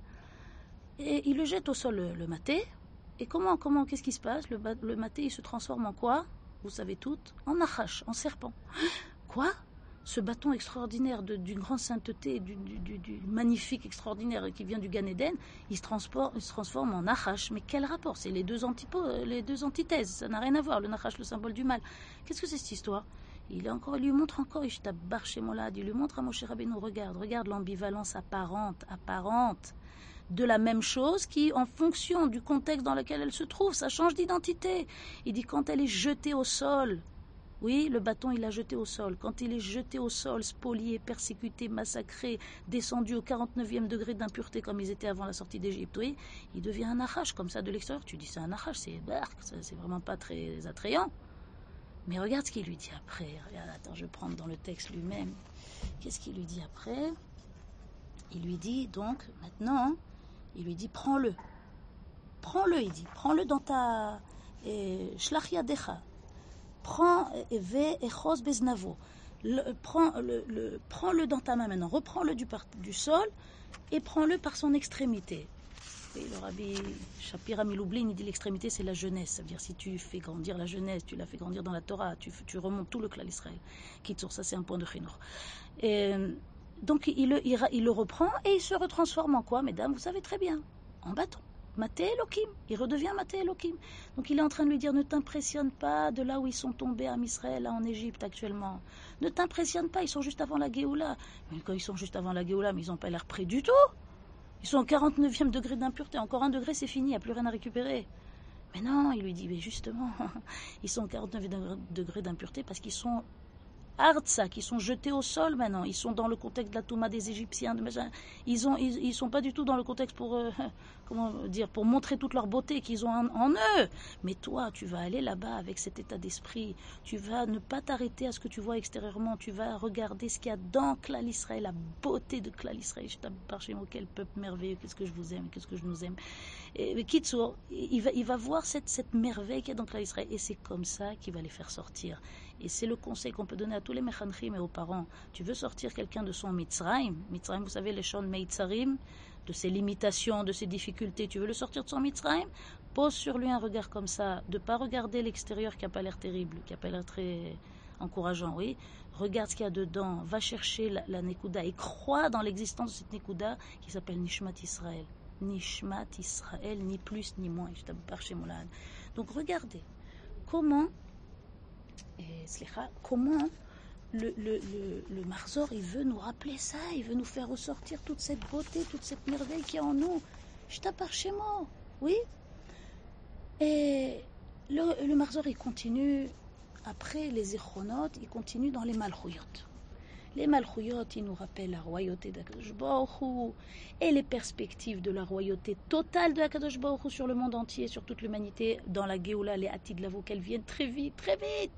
Et il le jette au sol, le, le maté. Et comment, comment, qu'est-ce qui se passe? Le, le maté, il se transforme en quoi? Vous savez toutes, en nachash, en serpent. Quoi? Ce bâton extraordinaire de, d'une grande sainteté, du, du, du magnifique extraordinaire qui vient du Gan Eden, il se, il se transforme en Nachash. Mais quel rapport? C'est les deux, antipo, les deux antithèses, ça n'a rien à voir. Le Nachash, le symbole du mal. Qu'est-ce que c'est cette histoire? Il, est encore, il lui montre encore, Ishtabar Shemolad, il lui montre à Moshe Rabbeinu, regarde, regarde l'ambivalence apparente, apparente, de la même chose qui, en fonction du contexte dans lequel elle se trouve, ça change d'identité. Il dit quand elle est jetée au sol, oui, le bâton, il l'a jeté au sol. Quand il est jeté au sol, spolié, persécuté, massacré, descendu au quarante-neuvième degré d'impureté comme ils étaient avant la sortie d'Égypte, oui, il devient un nachash comme ça de l'extérieur. Tu dis c'est un nachash, c'est barque, c'est vraiment pas très attrayant. Mais regarde ce qu'il lui dit après. Regarde, attends, je vais prendre dans le texte lui-même. Qu'est-ce qu'il lui dit après? Il lui dit donc, maintenant, il lui dit prends-le. Prends-le, il dit. Prends-le dans ta shlach yadecha. Prends Echos Beznavo. Prends-le le, prends-le dans ta main maintenant. Reprends-le du, du sol et prends-le par son extrémité. Oui, le rabbi Shapira Miloublin, il dit l'extrémité, c'est la jeunesse. Ça veut dire si tu fais grandir la jeunesse, tu la fais grandir dans la Torah, tu, tu remontes tout le clan d'Israël. Kitsour, ça c'est un point de Chinour. Et donc il le, il, il le reprend et il se retransforme en quoi, mesdames? Vous savez très bien, en bâton. Maté Elohim, il redevient Maté Elohim. Donc il est en train de lui dire, ne t'impressionne pas de là où ils sont tombés à Israël, là en Égypte actuellement. Ne t'impressionne pas, ils sont juste avant la Géoula. Mais quand ils sont juste avant la Géoula, mais ils n'ont pas l'air près du tout. Ils sont au quarante-neuvième degré d'impureté. Encore un degré, c'est fini, il n'y a plus rien à récupérer. Mais non, il lui dit, mais justement, ils sont au quarante-neuvième degré d'impureté parce qu'ils sont Artsa, qui sont jetés au sol maintenant. Ils sont dans le contexte de la Touma des Égyptiens. De ils ont, ils, ils sont pas du tout dans le contexte pour, euh, comment dire, pour montrer toute leur beauté qu'ils ont en, en eux. Mais toi, tu vas aller là-bas avec cet état d'esprit. Tu vas ne pas t'arrêter à ce que tu vois extérieurement. Tu vas regarder ce qu'il y a dans Klal Israël, la beauté de Klal Israël. Je t'appelle chez moi, quel peuple merveilleux. Qu'est-ce que je vous aime, qu'est-ce que je nous aime. Et Kitsour, il va, il va voir cette, cette merveille qu'il y a dans Klal Israël. Et c'est comme ça qu'il va les faire sortir. Et c'est le conseil qu'on peut donner à tous les mechanchim et aux parents. Tu veux sortir quelqu'un de son Mitzrayim, Mitzrayim, vous savez, les chants de Meitzarim, de ses limitations, de ses difficultés, tu veux le sortir de son Mitzrayim, pose sur lui un regard comme ça, de ne pas regarder l'extérieur qui n'a pas l'air terrible, qui n'a pas l'air très encourageant, oui. Regarde ce qu'il y a dedans, va chercher la, la Nekuda et crois dans l'existence de cette Nekuda qui s'appelle Nishmat Israël. Nishmat Israël, ni plus ni moins. Donc regardez comment Et slicha, comment le, le, le, le Marzor, il veut nous rappeler ça, il veut nous faire ressortir toute cette beauté, toute cette merveille qui est en nous. Je t'appare chez moi, oui. Et le, le Marzor, il continue, après les Zichronot, il continue dans les Malchouyot. Les Malchouyot, ils nous rappellent la royauté d'Akadosh Baruch Hu et les perspectives de la royauté totale de Akadosh Baruch Hu sur le monde entier, sur toute l'humanité, dans la Géoula, les Atid Lavo, qu'elles viennent très vite, très vite.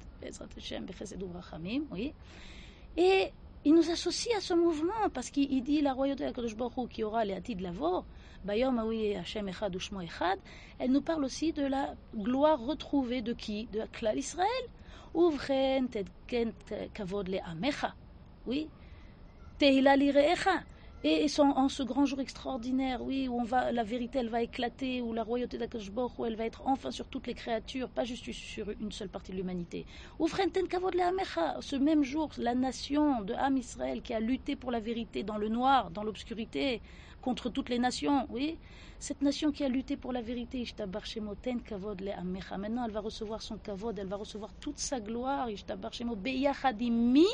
Oui. Et il nous associe à ce mouvement parce qu'il dit la royauté d'Akadosh Baruch Hu qui aura les Atid Lavo, Bayom Aoui Hashem Echad Ushmo Echad. Elle nous parle aussi de la gloire retrouvée de qui? De Klal Israël. Uvren Tedken Kavod le Amecha. Oui, Tehila lireecha. Et en ce grand jour extraordinaire, oui, où on va, la vérité, elle va éclater, où la royauté d'Akadosh Baruch Hu, elle va être enfin sur toutes les créatures, pas juste sur une seule partie de l'humanité. Ufrenten kavod le'amecha, ce même jour, la nation de Am Israël qui a lutté pour la vérité dans le noir, dans l'obscurité, contre toutes les nations, oui, cette nation qui a lutté pour la vérité, Ishtabar Shemo ten kavod le'amecha. Maintenant, elle va recevoir son kavod, elle va recevoir toute sa gloire, Ishtabar Shemo beyachadimi.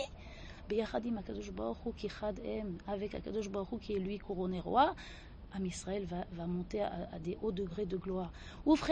Avec Akadosh Baruch Hu qui est lui couronné roi, Am Israël va, va monter à, à des hauts degrés de gloire. Encore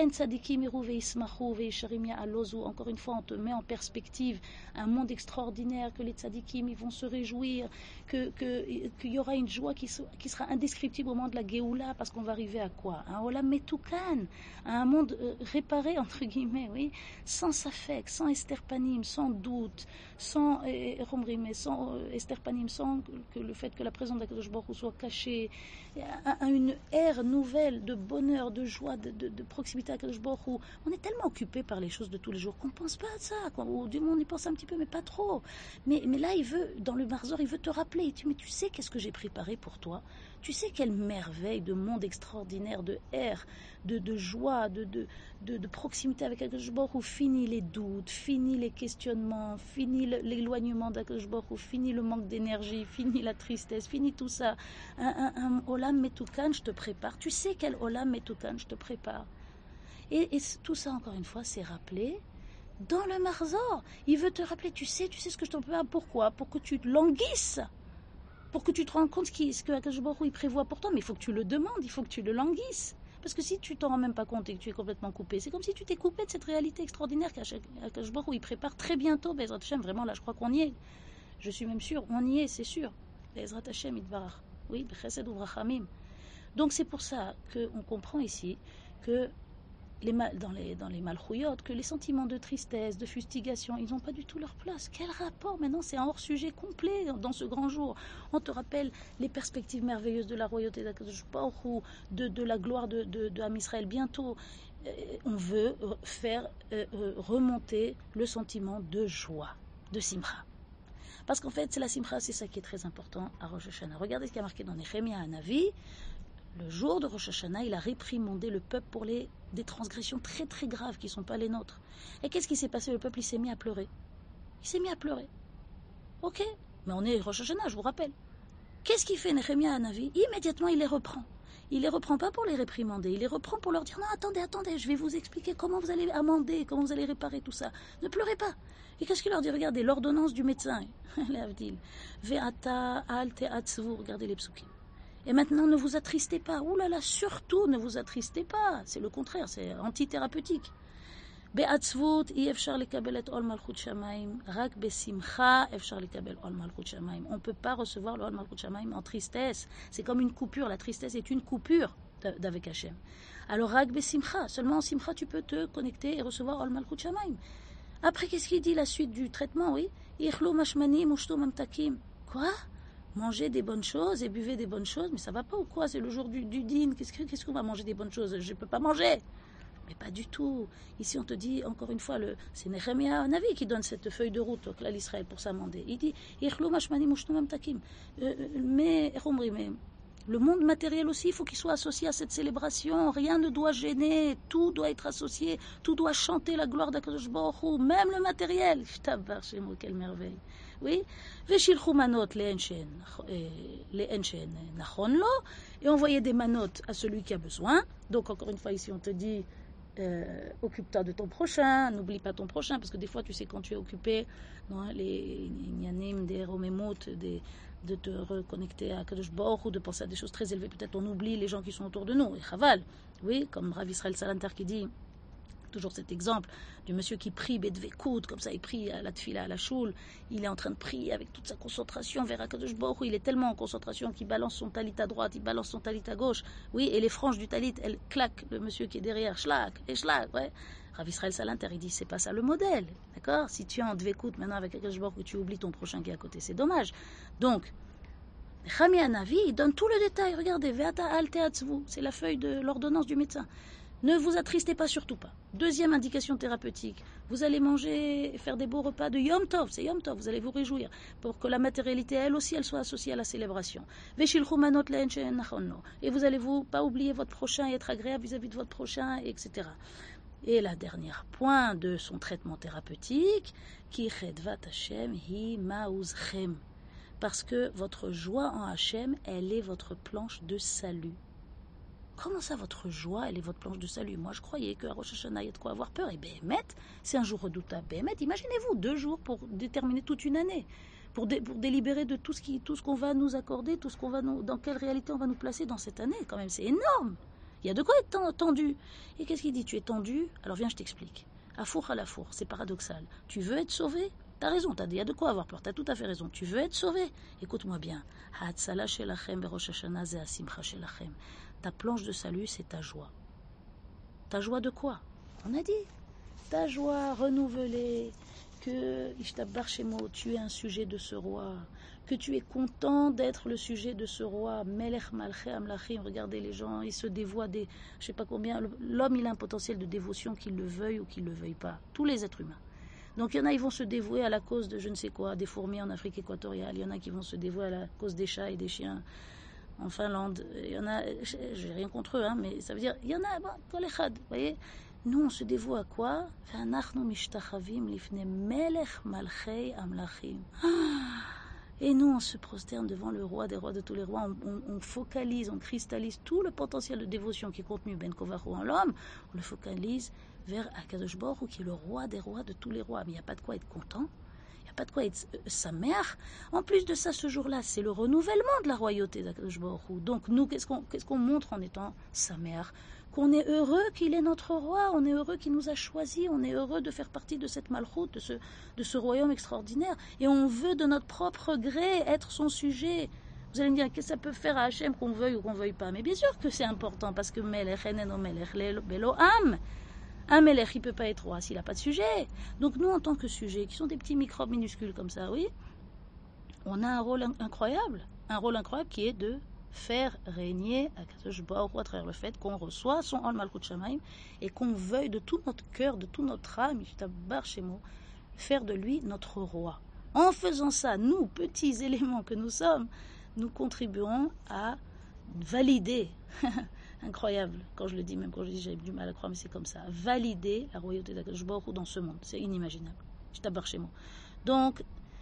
une fois, on te met en perspective un monde extraordinaire, que les tzadikim ils vont se réjouir, que, que, qu'il y aura une joie qui, qui sera indescriptible au moment de la Géoula, parce qu'on va arriver à quoi? Un Olam Metoukan, à un monde euh, réparé, entre guillemets, oui, sans safek, sans esterpanim, sans doute, sans, euh, sans euh, esterpanim, sans que le fait que la présence d'Akadosh Baruch Hu soit cachée, un, une ère nouvelle de bonheur, de joie, de, de, de proximité à Akadosh Baruch Hu. On est tellement occupé par les choses de tous les jours qu'on ne pense pas à ça, quoi. Ou du moins on y pense un petit peu, mais pas trop. Mais, mais là, il veut, dans le Marzor, il veut te rappeler. Il dit, mais tu sais qu'est-ce que j'ai préparé pour toi? Tu sais quelle merveille de monde extraordinaire, de ère, de, de joie, de, de, de, de proximité avec Akadosh Baruch Hu. Fini les doutes, fini les questionnements, fini l'éloignement d'Akadosh Baruch Hu, fini le manque d'énergie, fini la tristesse, fini tout ça. Un, un, un Olam Metoukan, je te prépare. Tu sais quel Olam Metoukan, je te prépare. Et, et tout ça, encore une fois, c'est rappelé dans le Marzor. Il veut te rappeler, tu sais, tu sais ce que je te prépare. Pourquoi? Pour que tu te languisses. Pour que tu te rendes compte ce, qui, ce que Akadosh Baruch Hu il prévoit pour toi. Mais il faut que tu le demandes, il faut que tu le languisses. Parce que si tu t'en rends même pas compte et que tu es complètement coupé, c'est comme si tu t'es coupé de cette réalité extraordinaire qu'Akadosh Baruch Hu il prépare très bientôt. Bezrat Hashem, vraiment, là, je crois qu'on y est. Je suis même sûre, on y est, c'est sûr. Bezrat Hashem, Yitbarach. Oui, Bechesed Uvrachamim. Donc c'est pour ça qu'on comprend ici que les, dans les, dans les malchouyot, que les sentiments de tristesse, de fustigation, ils n'ont pas du tout leur place. Quel rapport? Maintenant, c'est un hors-sujet complet dans ce grand jour. On te rappelle les perspectives merveilleuses de la royauté d'Akadosh Baruch Hu, de, de la gloire de, de, de Am Israël. Bientôt, euh, on veut faire euh, remonter le sentiment de joie, de simcha. Parce qu'en fait, c'est la simcha, c'est ça qui est très important à Rosh Hashanah. Regardez ce qui a marqué dans Néhémia Hanavi. le jour de Rosh Hashanah, il a réprimandé le peuple pour les, des transgressions très très graves qui ne sont pas les nôtres. Et qu'est-ce qui s'est passé? Le peuple, il s'est mis à pleurer. Il s'est mis à pleurer. Ok, mais on est Rosh Hashanah, je vous rappelle. Qu'est-ce qu'il fait Nehemia Hanavi? Immédiatement, il les reprend. Il les reprend pas pour les réprimander, il les reprend pour leur dire non, attendez, attendez, je vais vous expliquer comment vous allez amender, comment vous allez réparer tout ça. Ne pleurez pas. Et qu'est-ce qu'il leur dit? Regardez, l'ordonnance du médecin. Ve'ata al te'atzvu, regardez les psukim. Et maintenant, ne vous attristez pas. Ouh là là, surtout, ne vous attristez pas. C'est le contraire, c'est antithérapeutique. בעצבות אי אפשר לקבל את עול מלכות שמיים, רק בשמחה אפשר לקבל עול מלכות שמיים. On ne peut pas recevoir le עול מלכות שמיים en tristesse. C'est comme une coupure. La tristesse est une coupure d'avec Hachem. Alors, רק בשמחה. Seulement en simcha, tu peux te connecter et recevoir עול מלכות שמיים. Après, qu'est-ce qu'il dit la suite du traitement? Oui. יאכלו משמנים ושתו ממתקים. Quoi? Manger des bonnes choses et buvez des bonnes choses, mais ça va pas ou quoi? C'est le jour du, du dîn. Qu'est-ce, qu'est-ce qu'on va manger des bonnes choses? Je peux pas manger. Mais pas du tout. Ici, on te dit, encore une fois, le, c'est Nehemia Hanavi qui donne cette feuille de route au clan d'Israël pour s'amender. Il dit, mais, mais le monde matériel aussi, il faut qu'il soit associé à cette célébration. Rien ne doit gêner. Tout doit être associé. Tout doit chanter la gloire d'Akadosh Baruch Hu. Même le matériel. Tabar chez moi, quelle merveille. Oui. Veshilchu manot le'enshen nachon lo. Et envoyer des manotes à celui qui a besoin. Donc, encore une fois, ici, on te dit, Euh, occupe-toi de ton prochain, n'oublie pas ton prochain, parce que des fois, tu sais, quand tu es occupé dans les nyanim, des romémoutes, des, de te reconnecter à Kadosh Baruch ou de penser à des choses très élevées, peut-être on oublie les gens qui sont autour de nous. Et chaval, oui, comme Rav Israël Salanter qui dit, toujours cet exemple du monsieur qui prie Bedvekout, comme ça il prie à la tfila, à la choule, il est en train de prier avec toute sa concentration vers Akadosh Baruch Hu, il est tellement en concentration qu'il balance son talit à droite, il balance son talit à gauche, oui, et les franges du talit, elles claquent le monsieur qui est derrière, shlak, et shlak, ouais. Rav Israël Salanter, il dit, c'est pas ça le modèle, d'accord? Si tu es en Dvekout maintenant avec Akadosh Baruch Hu, tu oublies ton prochain qui est à côté, c'est dommage. Donc, Nehemia Hanavi, il donne tout le détail, regardez, Ve'ata al te'atzvu, c'est la feuille de l'ordonnance du médecin. Ne vous attristez pas, surtout pas. Deuxième indication thérapeutique, vous allez manger et faire des beaux repas de Yom Tov, c'est Yom Tov, vous allez vous réjouir, pour que la matérialité, elle aussi, elle soit associée à la célébration. Et vous allez vous pas oublier votre prochain et être agréable vis-à-vis de votre prochain, et cetera. Et la dernière point de son traitement thérapeutique, Ki chedvat Hashem hi ma'uzchem, parce que votre joie en Hashem, elle est votre planche de salut. Comment ça, votre joie, elle est votre planche de salut? Moi, je croyais qu'à Rosh Hashanah, il y a de quoi avoir peur. Et Béhémet, c'est un jour redoutable. Béhémet, imaginez-vous, deux jours pour déterminer toute une année, pour, dé, pour délibérer de tout ce, qui, tout ce qu'on va nous accorder, tout ce qu'on va nous, dans quelle réalité on va nous placer dans cette année. Quand même, c'est énorme. Il y a de quoi être tendu. Et qu'est-ce qu'il dit? Tu es tendu? Alors viens, je t'explique. À four à la four, c'est paradoxal. Tu veux être sauvé? T'as raison, t'as, il y a de quoi avoir peur, t'as tout à fait raison. Tu veux être sauvé? Écoute-moi bien. Ha'atzala shelachem berosh Hashanah ze hasimcha shelachem. Ta planche de salut, c'est ta joie. Ta joie de quoi? On a dit. Ta joie renouvelée, que Ishtabbar Shemo, tu es un sujet de ce roi, que tu es content d'être le sujet de ce roi. Melech Malchei Amlachim, regardez les gens, ils se dévoient des, je sais pas combien. L'homme, il a un potentiel de dévotion, qu'il le veuille ou qu'il le veuille pas. Tous les êtres humains. Donc il y en a, ils vont se dévouer à la cause de je ne sais quoi, des fourmis en Afrique équatoriale. Il y en a qui vont se dévouer à la cause des chats et des chiens en Finlande. Il y en a, j'ai rien contre eux, hein, mais ça veut dire, il y en a, bon, kol echad, vous voyez. Nous, on se dévoue à quoi? Et nous, on se prosterne devant le roi des rois de tous les rois. On, on, on focalise, on cristallise tout le potentiel de dévotion qui est contenu ben kovachu en l'homme. On le focalise vers Akadosh Baruch Hu, qui est le roi des rois de tous les rois. Mais il n'y a pas de quoi être content. Il n'y a pas de quoi être euh, sa mère. En plus de ça, ce jour-là, c'est le renouvellement de la royauté d'Akadosh Baruch Hu. Donc nous, qu'est-ce qu'on, qu'est-ce qu'on montre en étant sa mère? Qu'on est heureux qu'il est notre roi, on est heureux qu'il nous a choisis, on est heureux de faire partie de cette malchoute, de ce, de ce royaume extraordinaire. Et on veut de notre propre gré être son sujet. Vous allez me dire, qu'est-ce que ça peut faire à Hachem qu'on veuille ou qu'on veuille pas? Mais bien sûr que c'est important, parce que Melech eneno melech belo'am. Un melech, il ne peut pas être roi s'il n'a pas de sujet. Donc nous, en tant que sujet, qui sont des petits microbes minuscules comme ça, oui, on a un rôle incroyable. Un rôle incroyable qui est de faire régner Akadosh Baruch Hu à travers le fait qu'on reçoit son Ol Malchut Shamayim et qu'on veuille de tout notre cœur, de toute notre âme, Ishtabbar Shemo, faire de lui notre roi. En faisant ça, nous, petits éléments que nous sommes, nous contribuerons à valider, incroyable, quand je le dis, même quand je dis, j'avais du mal à croire, mais c'est comme ça, valider la royauté d'Akadosh Baruch Hu dans ce monde, c'est inimaginable. Je t'abarre chez moi. Donc,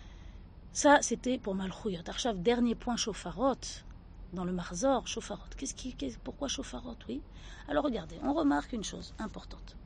ça, c'était pour Malchouyot. Archav, dernier point, Shofarot, dans le Marzor, Shofarot. Qu'est-ce qui, qu'est, pourquoi Shofarot, oui? Alors, regardez, on remarque une chose importante.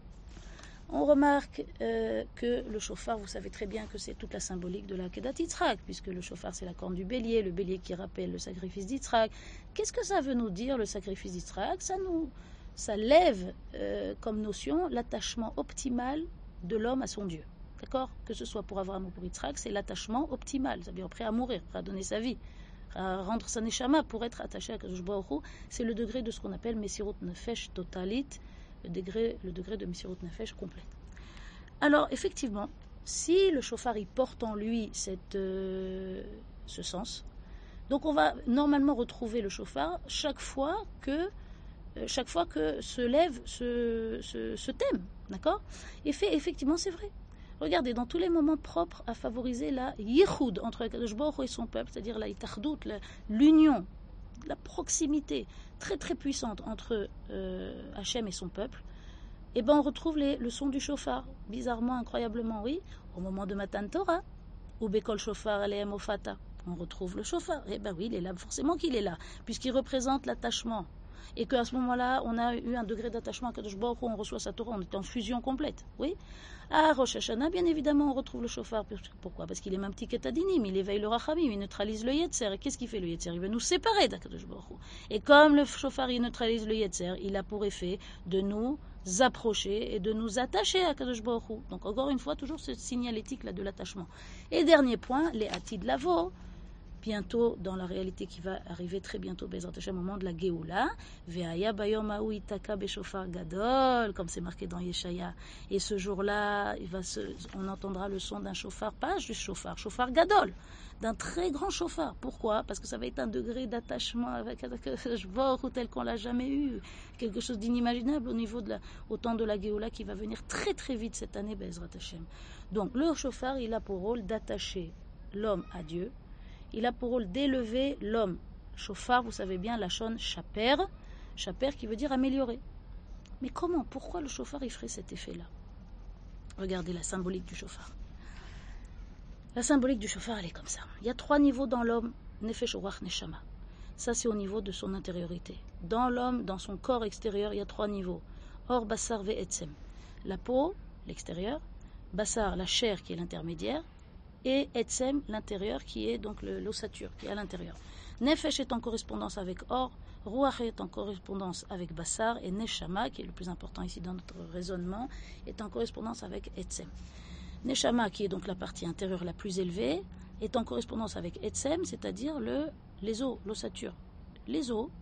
On remarque euh, que le chauffard, vous savez très bien que c'est toute la symbolique de la Kedat Yitzhak, puisque le chauffard c'est la corne du bélier, le bélier qui rappelle le sacrifice d'Yitzhak. Qu'est-ce que ça veut nous dire, le sacrifice d'Yitzhak? Ça nous, ça lève euh, comme notion l'attachement optimal de l'homme à son Dieu. D'accord? Que ce soit pour Avraham ou pour Yitzhak, c'est l'attachement optimal, c'est-à-dire prêt à mourir, prêt à donner sa vie, à rendre sa neshama pour être attaché à Kadosh Baruch Hu. C'est le degré de ce qu'on appelle Mesirut Nefesh totalit, le degré, le degré de Mesirut Nefesh complète. Alors, effectivement, si le chauffard il porte en lui cette, euh, ce sens, donc on va normalement retrouver le chauffard chaque fois que, euh, chaque fois que se lève ce, ce, ce thème, d'accord? Et fait, effectivement, c'est vrai. Regardez, dans tous les moments propres à favoriser la yichud entre Kadosh Baruch Hu et son peuple, c'est-à-dire la itardout, l'union, la proximité très très puissante entre euh, Hachem et son peuple, et ben on retrouve les, le son du chauffard, bizarrement, incroyablement, oui, au moment de Matan Torah, ou Bekol Shofar Aleem Ofata, on retrouve le chauffard, et ben oui, il est là, forcément qu'il est là, puisqu'il représente l'attachement, et qu'à ce moment-là, on a eu un degré d'attachement à Kadosh Baruch Hu, on reçoit sa Torah, on est en fusion complète, oui. À Rosh Hashanah, bien évidemment, on retrouve le chauffard. Pourquoi? Parce qu'il est même petit ketadinim, il éveille le rachamim, il neutralise le yetzer. Et qu'est-ce qu'il fait le yetzer? Il veut nous séparer d'Akadosh Baruch Hu. Et comme le chauffard, il neutralise le yetzer, il a pour effet de nous approcher et de nous attacher à Akadosh Baruch Hu. Donc encore une fois, toujours ce signalétique là de l'attachement. Et dernier point, les Atid Lavo, bientôt dans la réalité qui va arriver très bientôt, Bezrat Hashem, au moment de la Géoula, Ve'aya bayom ha'u itaka beshofar gadol, comme c'est marqué dans Yeshaya. Et ce jour-là, il va se, on entendra le son d'un chauffard, pas juste chauffard, chauffard gadol, d'un très grand chauffard. Pourquoi? Parce que ça va être un degré d'attachement avec Baruch tel qu'on l'a jamais eu, quelque chose d'inimaginable au niveau de la, au temps de la Géoula qui va venir très très vite cette année, Bezrat Hashem. Donc le chauffard, il a pour rôle d'attacher l'homme à Dieu. Il a pour rôle d'élever l'homme. Chauffard, vous savez bien, la chon chaper, chaper qui veut dire améliorer. Mais comment? Pourquoi le chauffard il ferait cet effet-là? Regardez la symbolique du chauffard. La symbolique du chauffard, elle est comme ça. Il y a trois niveaux dans l'homme, nefesh, ruach, neshama. Ça, c'est au niveau de son intériorité. Dans l'homme, dans son corps extérieur, il y a trois niveaux. Or, bassar ve etzem. La peau, l'extérieur. Bassar, la chair qui est l'intermédiaire. Et Etzem, l'intérieur, qui est donc l'ossature, qui est à l'intérieur. Nefesh est en correspondance avec Or, Ruach est en correspondance avec Bassar, et Neshama, qui est le plus important ici dans notre raisonnement, est en correspondance avec Etzem. Neshama, qui est donc la partie intérieure la plus élevée, est en correspondance avec Etzem, c'est-à-dire le, les os, l'ossature. Les os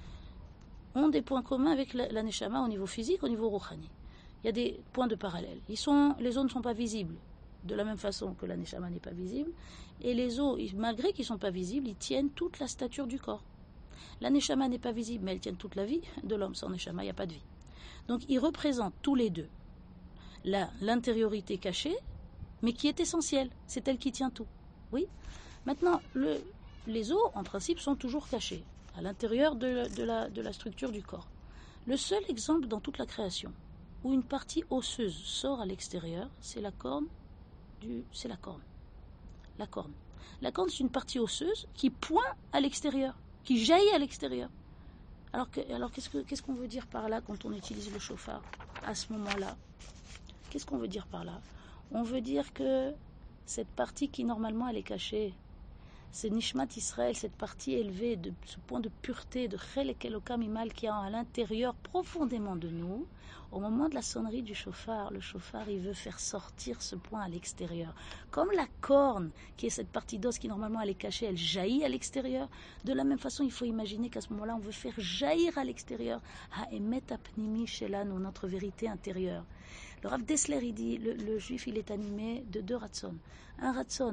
ont des points communs avec la, la Neshama au niveau physique, au niveau Rouchani. Il y a des points de parallèle. Ils sont, les os ne sont pas visibles, de la même façon que la Neshama n'est pas visible, et les os, malgré qu'ils ne sont pas visibles, ils tiennent toute la stature du corps. La Neshama n'est pas visible, mais elle tient toute la vie de l'homme. Sans Neshama, il n'y a pas de vie. Donc, ils représentent tous les deux la, l'intériorité cachée, mais qui est essentielle. C'est elle qui tient tout. Oui. Maintenant, le, les os, en principe, sont toujours cachés, à l'intérieur de, de, la, de la structure du corps. Le seul exemple dans toute la création où une partie osseuse sort à l'extérieur, c'est la corne. Du, c'est la corne. La corne. La corne, c'est une partie osseuse qui pointe à l'extérieur, qui jaillit à l'extérieur. Alors, que, alors qu'est-ce, que, qu'est-ce qu'on veut dire par là quand on utilise le chauffard à ce moment-là? Qu'est-ce qu'on veut dire par là? On veut dire que cette partie qui normalement elle est cachée, c'est Nishmat Israël, cette partie élevée, de ce point de pureté, de Chelek Elokam Imal qui est à l'intérieur profondément de nous. Au moment de la sonnerie du chauffard, le chauffard, il veut faire sortir ce point à l'extérieur. Comme la corne, qui est cette partie d'os qui normalement elle est cachée, elle jaillit à l'extérieur. De la même façon, il faut imaginer qu'à ce moment-là, on veut faire jaillir à l'extérieur Ha'emet Apnimi Shelanu, notre vérité intérieure. Le Rav Dessler, il dit, le, le juif, il est animé de deux ratzon. Un ratzon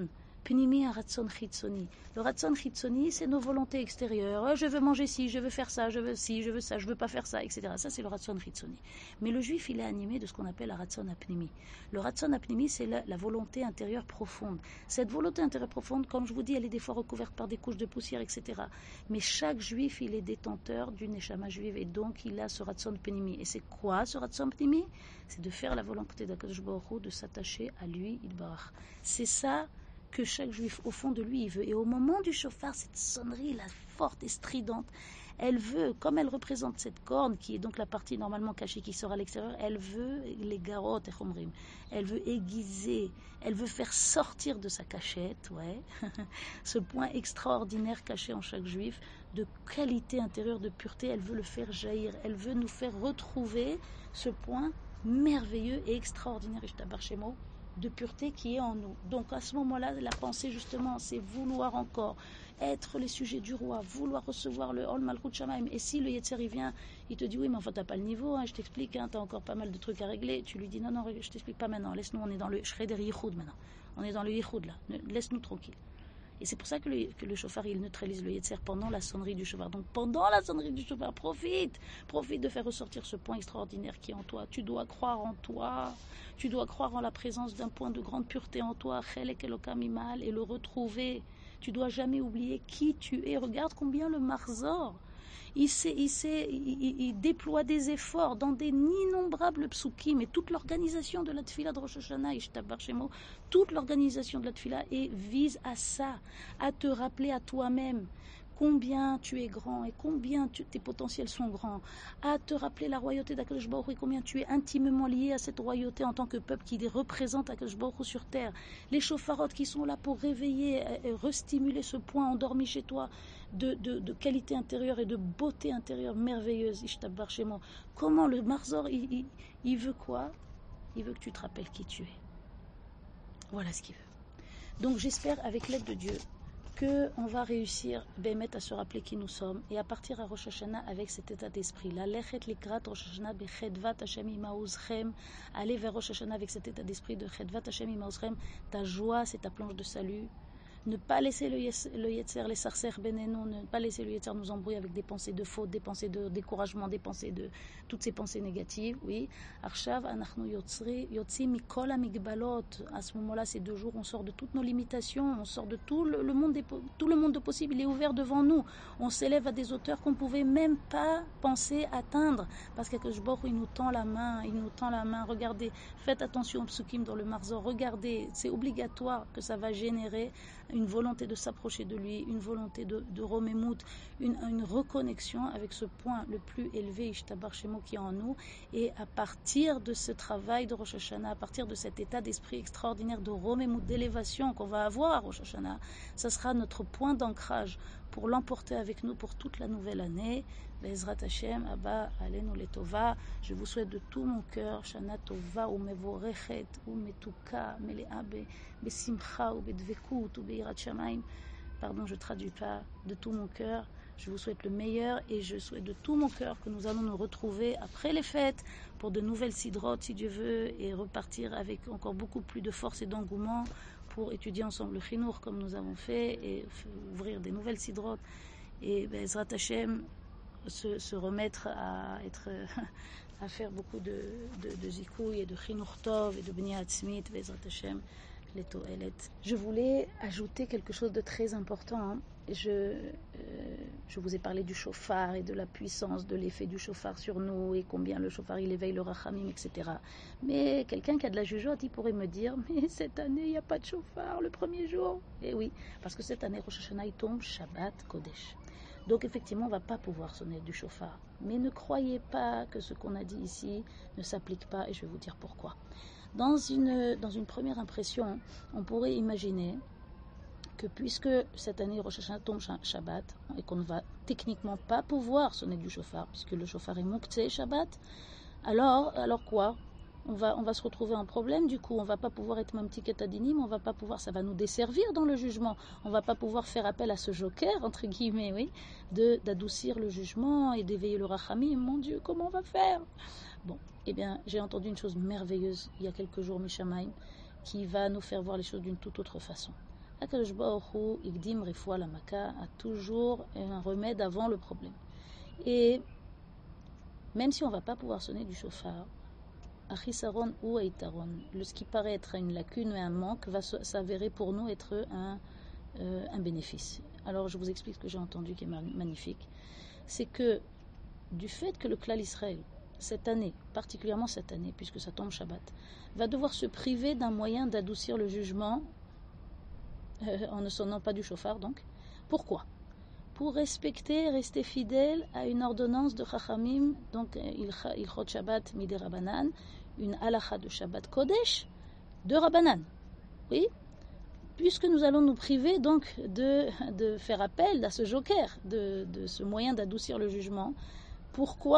pnimi, un ratson chitzoni. Le ratson chitzoni, c'est nos volontés extérieures. Je veux manger ci, je veux faire ça, je veux ci, je veux ça, je veux pas faire ça, et cetera. Ça, c'est le ratson chitzoni. Mais le juif, il est animé de ce qu'on appelle la ratson apnimi. Le ratson apnimi, c'est la, la volonté intérieure profonde. Cette volonté intérieure profonde, comme je vous dis, elle est des fois recouverte par des couches de poussière, et cetera. Mais chaque juif, il est détenteur d'une neshama juive et donc il a ce ratson pnimi. Et c'est quoi ce ratson pnimi? C'est de faire la volonté d'Akadosh Baruch Hu, de s'attacher à lui, Yitbarach. C'est ça que chaque juif, au fond de lui, il veut. Et au moment du shofar, cette sonnerie, la forte et stridente, elle veut, comme elle représente cette corne, qui est donc la partie normalement cachée qui sort à l'extérieur, elle veut les garotes et chomrim. Elle veut aiguiser, elle veut faire sortir de sa cachette, ouais, ce point extraordinaire caché en chaque juif, de qualité intérieure, de pureté, elle veut le faire jaillir, elle veut nous faire retrouver ce point merveilleux et extraordinaire, Ishtabarshemo, de pureté qui est en nous. Donc à ce moment-là, la pensée justement, c'est vouloir encore être les sujets du roi, vouloir recevoir le Ol Malchut Shamaim. Et si le Yetzer il vient, il te dit oui, mais enfin t'as pas le niveau, hein, je t'explique, hein, t'as encore pas mal de trucs à régler. Tu lui dis non, non, je t'explique pas maintenant, laisse-nous, on est dans le Shreder Yichud maintenant. On est dans le Yichud là, laisse-nous tranquille. Et c'est pour ça que le, que le shofar, il neutralise le Yetzer pendant la sonnerie du shofar. Donc pendant la sonnerie du shofar, profite, profite de faire ressortir ce point extraordinaire qui est en toi. Tu dois croire en toi, tu dois croire en la présence d'un point de grande pureté en toi, Chelek Elokam Imal, et le retrouver. Tu dois jamais oublier qui tu es. Regarde combien le Marzor, il, sait, il, sait, il, il, il déploie des efforts dans des innombrables psukim, et toute l'organisation de la tefila de Rosh Hashanah, Ishtabar Shemo, toute l'organisation de la tefila et vise à ça, à te rappeler à toi-même combien tu es grand et combien tu, tes potentiels sont grands, à te rappeler la royauté d'Akadosh Baruch Hu et combien tu es intimement lié à cette royauté en tant que peuple qui représente Akadosh Baruch Hu sur terre. Les chauffarotes qui sont là pour réveiller et restimuler ce point endormi chez toi de, de, de qualité intérieure et de beauté intérieure merveilleuse. Ishtabar Shemo. Comment le Marzor, il, il, il veut quoi? Il veut que tu te rappelles qui tu es. Voilà ce qu'il veut. Donc j'espère avec l'aide de Dieu qu'on va réussir Bémet à se rappeler qui nous sommes et à partir à Rosh Hashanah avec cet état d'esprit-là. Lechet likrat Rosh Hashanah bechedvat Hashem imaouzchem. Aller vers Rosh Hashanah avec cet état d'esprit de chedvat Hashem imaouzchem. Ta joie, c'est ta planche de salut. Ne pas laisser le, yes, le Yetzer, les sarser benenon, ne pas laisser le Yetzer nous embrouiller avec des pensées de faute, des pensées de découragement, des pensées de toutes ces pensées négatives. Oui. Arshav anachnu yotzri yotzi mikol amigbalot. À ce moment-là, ces deux jours, on sort de toutes nos limitations, on sort de tout le, le monde des, tout le monde de possible. Il est ouvert devant nous. On s'élève à des hauteurs qu'on pouvait même pas penser atteindre, parce que Baruch Hu, il nous tend la main, il nous tend la main. Regardez, faites attention au psukim dans le Marzor. Regardez, c'est obligatoire que ça va générer une volonté de s'approcher de lui, une volonté de, de Romémout, une, une reconnexion avec ce point le plus élevé, Ishtabar Shemo, qui est en nous. Et à partir de ce travail de Rosh Hashanah, à partir de cet état d'esprit extraordinaire de Romémout, d'élévation qu'on va avoir à Rosh Hashanah, ça sera notre point d'ancrage pour l'emporter avec nous pour toute la nouvelle année. Be'ezrat Hashem, Abba, Alenu Letova. Je vous souhaite de tout mon cœur, Shana Tova, ou Mevorechet, ou Metuka, Meleabe, Besimcha, ou Bedvekut, ou Beirat Shamaim. Pardon, je traduis pas. De tout mon cœur, je vous souhaite le meilleur et je souhaite de tout mon cœur que nous allons nous retrouver après les fêtes pour de nouvelles sidrotes, si Dieu veut, et repartir avec encore beaucoup plus de force et d'engouement pour étudier ensemble le Chinour comme nous avons fait et ouvrir des nouvelles sidrotes. Et Be'ezrat Hashem, Se, se remettre à être à faire beaucoup de, de, de zikouy et de chinour tov et de bnia atzmit, Be'ezrat Hashem, les toelet. Je voulais ajouter quelque chose de très important. Hein. Je, euh, je vous ai parlé du shofar et de la puissance de l'effet du shofar sur nous et combien le shofar il éveille le rachamim, et cetera. Mais quelqu'un qui a de la jugeote, il pourrait me dire, mais cette année il n'y a pas de shofar le premier jour. Et oui, parce que cette année Rosh Hashanah il tombe Shabbat Kodesh. Donc effectivement, on ne va pas pouvoir sonner du shofar. Mais ne croyez pas que ce qu'on a dit ici ne s'applique pas, et je vais vous dire pourquoi. Dans une, dans une première impression, on pourrait imaginer que puisque cette année Rosh Hashanah tombe Shabbat, et qu'on ne va techniquement pas pouvoir sonner du shofar, puisque le shofar est Mouktsé Shabbat, alors, alors quoi ? On va, on va se retrouver en problème, du coup, on ne va pas pouvoir être Mamti Ketadinim, on va pas pouvoir, ça va nous desservir dans le jugement, on ne va pas pouvoir faire appel à ce joker, entre guillemets, oui, de, d'adoucir le jugement et d'éveiller le rachamim. Mon Dieu, comment on va faire ? Bon, eh bien, j'ai entendu une chose merveilleuse il y a quelques jours, Mishamaim, qui va nous faire voir les choses d'une toute autre façon. Akadosh Baruch Hu, Igdim Refoua la Maka, a toujours un remède avant le problème. Et même si on ne va pas pouvoir sonner du chauffard, Achisaron ou Aitaron, ce qui paraît être une lacune ou un manque, va s'avérer pour nous être un, euh, un bénéfice. Alors je vous explique ce que j'ai entendu qui est magnifique. C'est que du fait que le Klal Israël, cette année, particulièrement cette année, puisque ça tombe Shabbat, va devoir se priver d'un moyen d'adoucir le jugement euh, en ne sonnant pas du chauffard, donc. Pourquoi ? Pour respecter, rester fidèle à une ordonnance de Chachamim, donc Ilchot Shabbat Midei Rabbanan, une halacha de Shabbat Kodesh de Rabbanan. Oui ? Puisque nous allons nous priver donc de, de faire appel à ce joker, de, de ce moyen d'adoucir le jugement. Pourquoi ?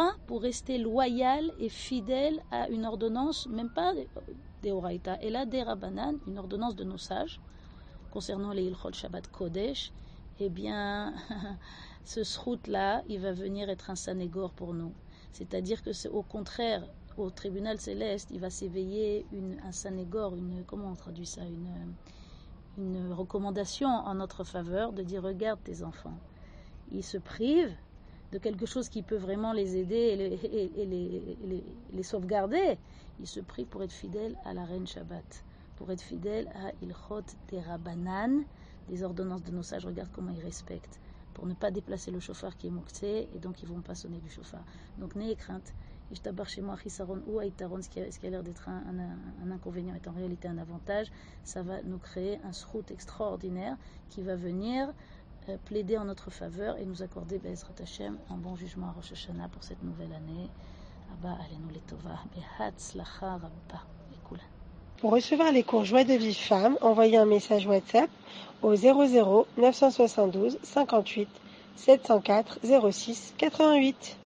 Pour rester loyal et fidèle à une ordonnance, même pas des Horaïta, et là des Rabbanan, une ordonnance de nos sages, concernant les Ilchot Shabbat Kodesh. Eh bien, ce srout-là, il va venir être un sanégor pour nous. C'est-à-dire que c'est au contraire, au tribunal céleste, il va s'éveiller une, un sanégor, une, comment on traduit ça, une, une recommandation en notre faveur de dire, regarde tes enfants, ils se privent de quelque chose qui peut vraiment les aider et les, et, et les, et les, les sauvegarder. Ils se privent pour être fidèles à la reine Shabbat, pour être fidèles à Ilchot des Rabbanan, des ordonnances de nos sages. Regarde comment ils respectent, pour ne pas déplacer le chauffard qui est mouktsé, et donc ils ne vont pas sonner du chauffard. Donc n'ayez crainte. Ishtabar chez moi, Chisaron ou Aïtaron, ce qui a, ce qui a l'air d'être un, un, un inconvénient est en réalité un avantage. Ça va nous créer un srout extraordinaire qui va venir euh, plaider en notre faveur et nous accorder Be'ezrat Hashem un bon jugement à Rosh Hashanah pour cette nouvelle année. Abba alenu letova behatzlacha rabba. Pour recevoir les cours Joie de Vive Femme, envoyez un message WhatsApp au zéro zéro neuf cent soixante-douze cinquante-huit sept cent quatre zéro six quatre-vingt-huit.